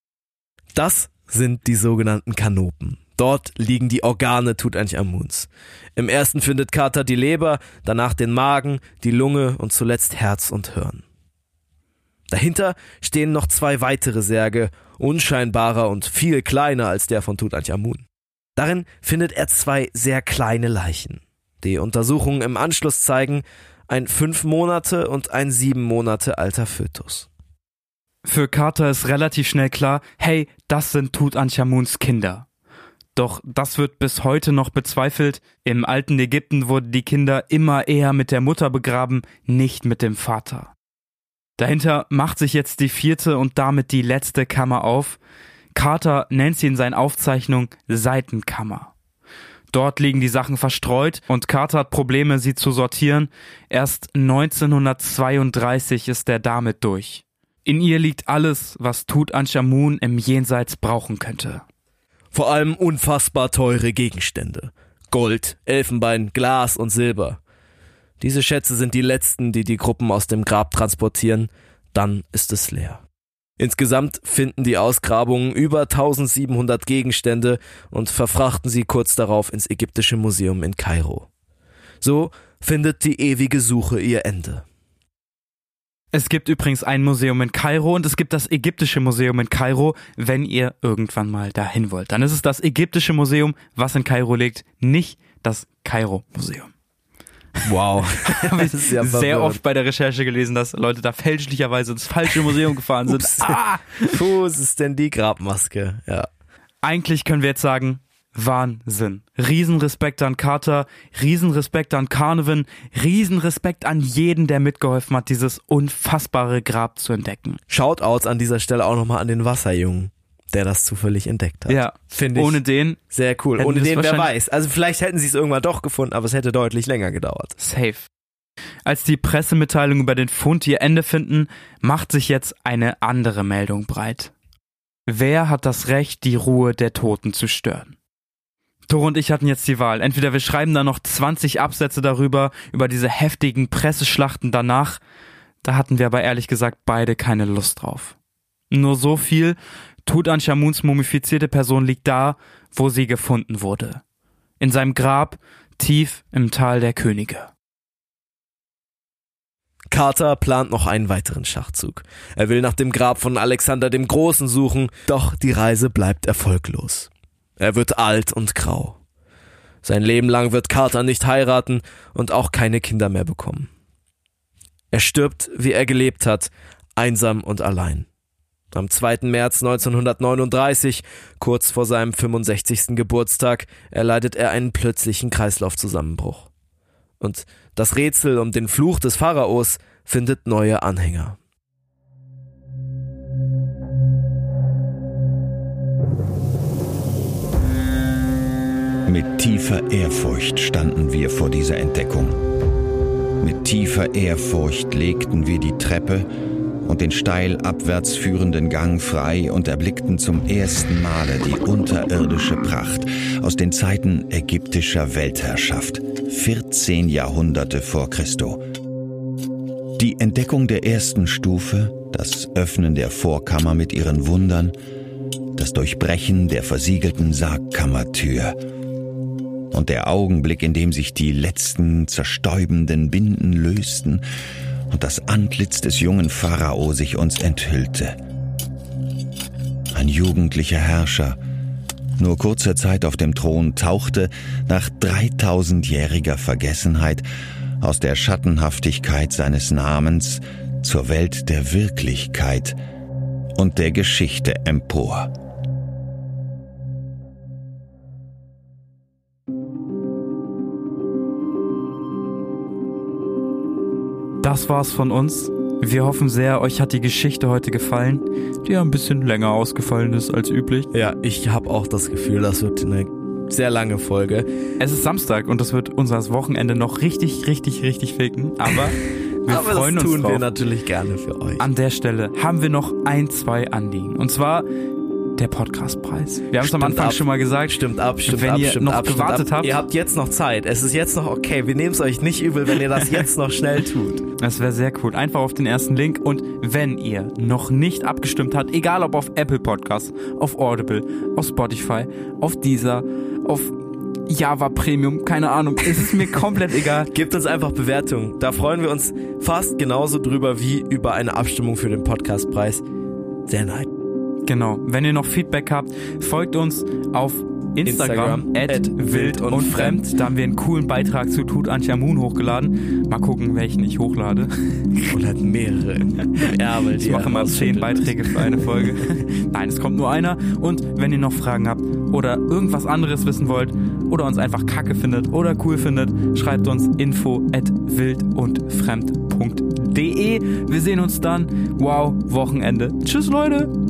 Das sind die sogenannten Kanopen. Dort liegen die Organe Tutanchamuns. Im ersten findet Carter die Leber, danach den Magen, die Lunge und zuletzt Herz und Hirn. Dahinter stehen noch 2 weitere Särge, unscheinbarer und viel kleiner als der von Tutanchamun. Darin findet er 2 sehr kleine Leichen. Die Untersuchungen im Anschluss zeigen ein 5 Monate und ein 7 Monate alter Fötus. Für Carter ist relativ schnell klar, hey, das sind Tutanchamuns Kinder. Doch das wird bis heute noch bezweifelt. Im alten Ägypten wurden die Kinder immer eher mit der Mutter begraben, nicht mit dem Vater. Dahinter macht sich jetzt die 4. und damit die letzte Kammer auf. Carter nennt sie in seinen Aufzeichnungen Seitenkammer. Dort liegen die Sachen verstreut und Carter hat Probleme, sie zu sortieren. Erst 1932 ist er damit durch. In ihr liegt alles, was Tutanchamun im Jenseits brauchen könnte. Vor allem unfassbar teure Gegenstände. Gold, Elfenbein, Glas und Silber. Diese Schätze sind die letzten, die die Gruppen aus dem Grab transportieren. Dann ist es leer. Insgesamt finden die Ausgrabungen über 1700 Gegenstände und verfrachten sie kurz darauf ins Ägyptische Museum in Kairo. So findet die ewige Suche ihr Ende. Es gibt übrigens ein Museum in Kairo und es gibt das Ägyptische Museum in Kairo, wenn ihr irgendwann mal dahin wollt. Dann ist es das Ägyptische Museum, was in Kairo liegt, nicht das Kairo-Museum. Wow. Habe ich sehr oft bei der Recherche gelesen, dass Leute da fälschlicherweise ins falsche Museum gefahren sind. Wo ist denn die Grabmaske? Ja. Eigentlich können wir jetzt sagen, Wahnsinn. Riesenrespekt an Carter, Riesenrespekt an Carnarvon, Riesenrespekt an jeden, der mitgeholfen hat, dieses unfassbare Grab zu entdecken. Shoutouts an dieser Stelle auch nochmal an den Wasserjungen, der das zufällig entdeckt hat. Ja, finde ich. Ohne den. Sehr cool. Ohne den, wer weiß. Also vielleicht hätten sie es irgendwann doch gefunden, aber es hätte deutlich länger gedauert. Safe. Als die Pressemitteilungen über den Fund ihr Ende finden, macht sich jetzt eine andere Meldung breit. Wer hat das Recht, die Ruhe der Toten zu stören? Tore und ich hatten jetzt die Wahl. Entweder wir schreiben da noch 20 Absätze darüber, über diese heftigen Presseschlachten danach. Da hatten wir aber ehrlich gesagt beide keine Lust drauf. Nur so viel, Tutanchamuns mumifizierte Person liegt da, wo sie gefunden wurde. In seinem Grab, tief im Tal der Könige. Carter plant noch einen weiteren Schachzug. Er will nach dem Grab von Alexander dem Großen suchen, doch die Reise bleibt erfolglos. Er wird alt und grau. Sein Leben lang wird Carter nicht heiraten und auch keine Kinder mehr bekommen. Er stirbt, wie er gelebt hat, einsam und allein. Am 2. März 1939, kurz vor seinem 65. Geburtstag, erleidet er einen plötzlichen Kreislaufzusammenbruch. Und das Rätsel um den Fluch des Pharaos findet neue Anhänger. Mit tiefer Ehrfurcht standen wir vor dieser Entdeckung. Mit tiefer Ehrfurcht legten wir die Treppe und den steil abwärts führenden Gang frei und erblickten zum ersten Male die unterirdische Pracht aus den Zeiten ägyptischer Weltherrschaft, 14 Jahrhunderte vor Christo. Die Entdeckung der ersten Stufe, das Öffnen der Vorkammer mit ihren Wundern, das Durchbrechen der versiegelten Sargkammertür und der Augenblick, in dem sich die letzten zerstäubenden Binden lösten und das Antlitz des jungen Pharao sich uns enthüllte. Ein jugendlicher Herrscher, nur kurzer Zeit auf dem Thron, tauchte nach 3000-jähriger Vergessenheit aus der Schattenhaftigkeit seines Namens zur Welt der Wirklichkeit und der Geschichte empor. Das war's von uns. Wir hoffen sehr, euch hat die Geschichte heute gefallen, die ja ein bisschen länger ausgefallen ist als üblich. Ja, ich habe auch das Gefühl, das wird eine sehr lange Folge. Es ist Samstag und das wird unser Wochenende noch richtig ficken, aber wir freuen uns drauf. Das tun wir natürlich gerne für euch. An der Stelle haben wir noch 2 Anliegen. Und zwar der Podcastpreis. Wir haben es am Anfang schon mal gesagt. Stimmt ab. Wenn ihr noch gewartet habt. Ihr habt jetzt noch Zeit. Es ist jetzt noch okay. Wir nehmen es euch nicht übel, wenn ihr das jetzt noch schnell tut. Das wäre sehr cool. Einfach auf den ersten Link. Und wenn ihr noch nicht abgestimmt habt, egal ob auf Apple Podcasts, auf Audible, auf Spotify, auf Deezer, auf Java Premium, keine Ahnung, es ist mir komplett egal. Gebt uns einfach Bewertungen. Da freuen wir uns fast genauso drüber wie über eine Abstimmung für den Podcastpreis. Sehr nice. Genau. Wenn ihr noch Feedback habt, folgt uns auf Instagram @wildundfremd. Da haben wir einen coolen Beitrag zu Tutanchamun hochgeladen. Mal gucken, welchen ich hochlade. Oder mehrere. Ja, weil ich mache mal 10 Beiträge für eine Folge. Nein, es kommt nur einer. Und wenn ihr noch Fragen habt oder irgendwas anderes wissen wollt oder uns einfach kacke findet oder cool findet, schreibt uns info@wildundfremd.de. Wir sehen uns dann. Wow, Wochenende. Tschüss, Leute.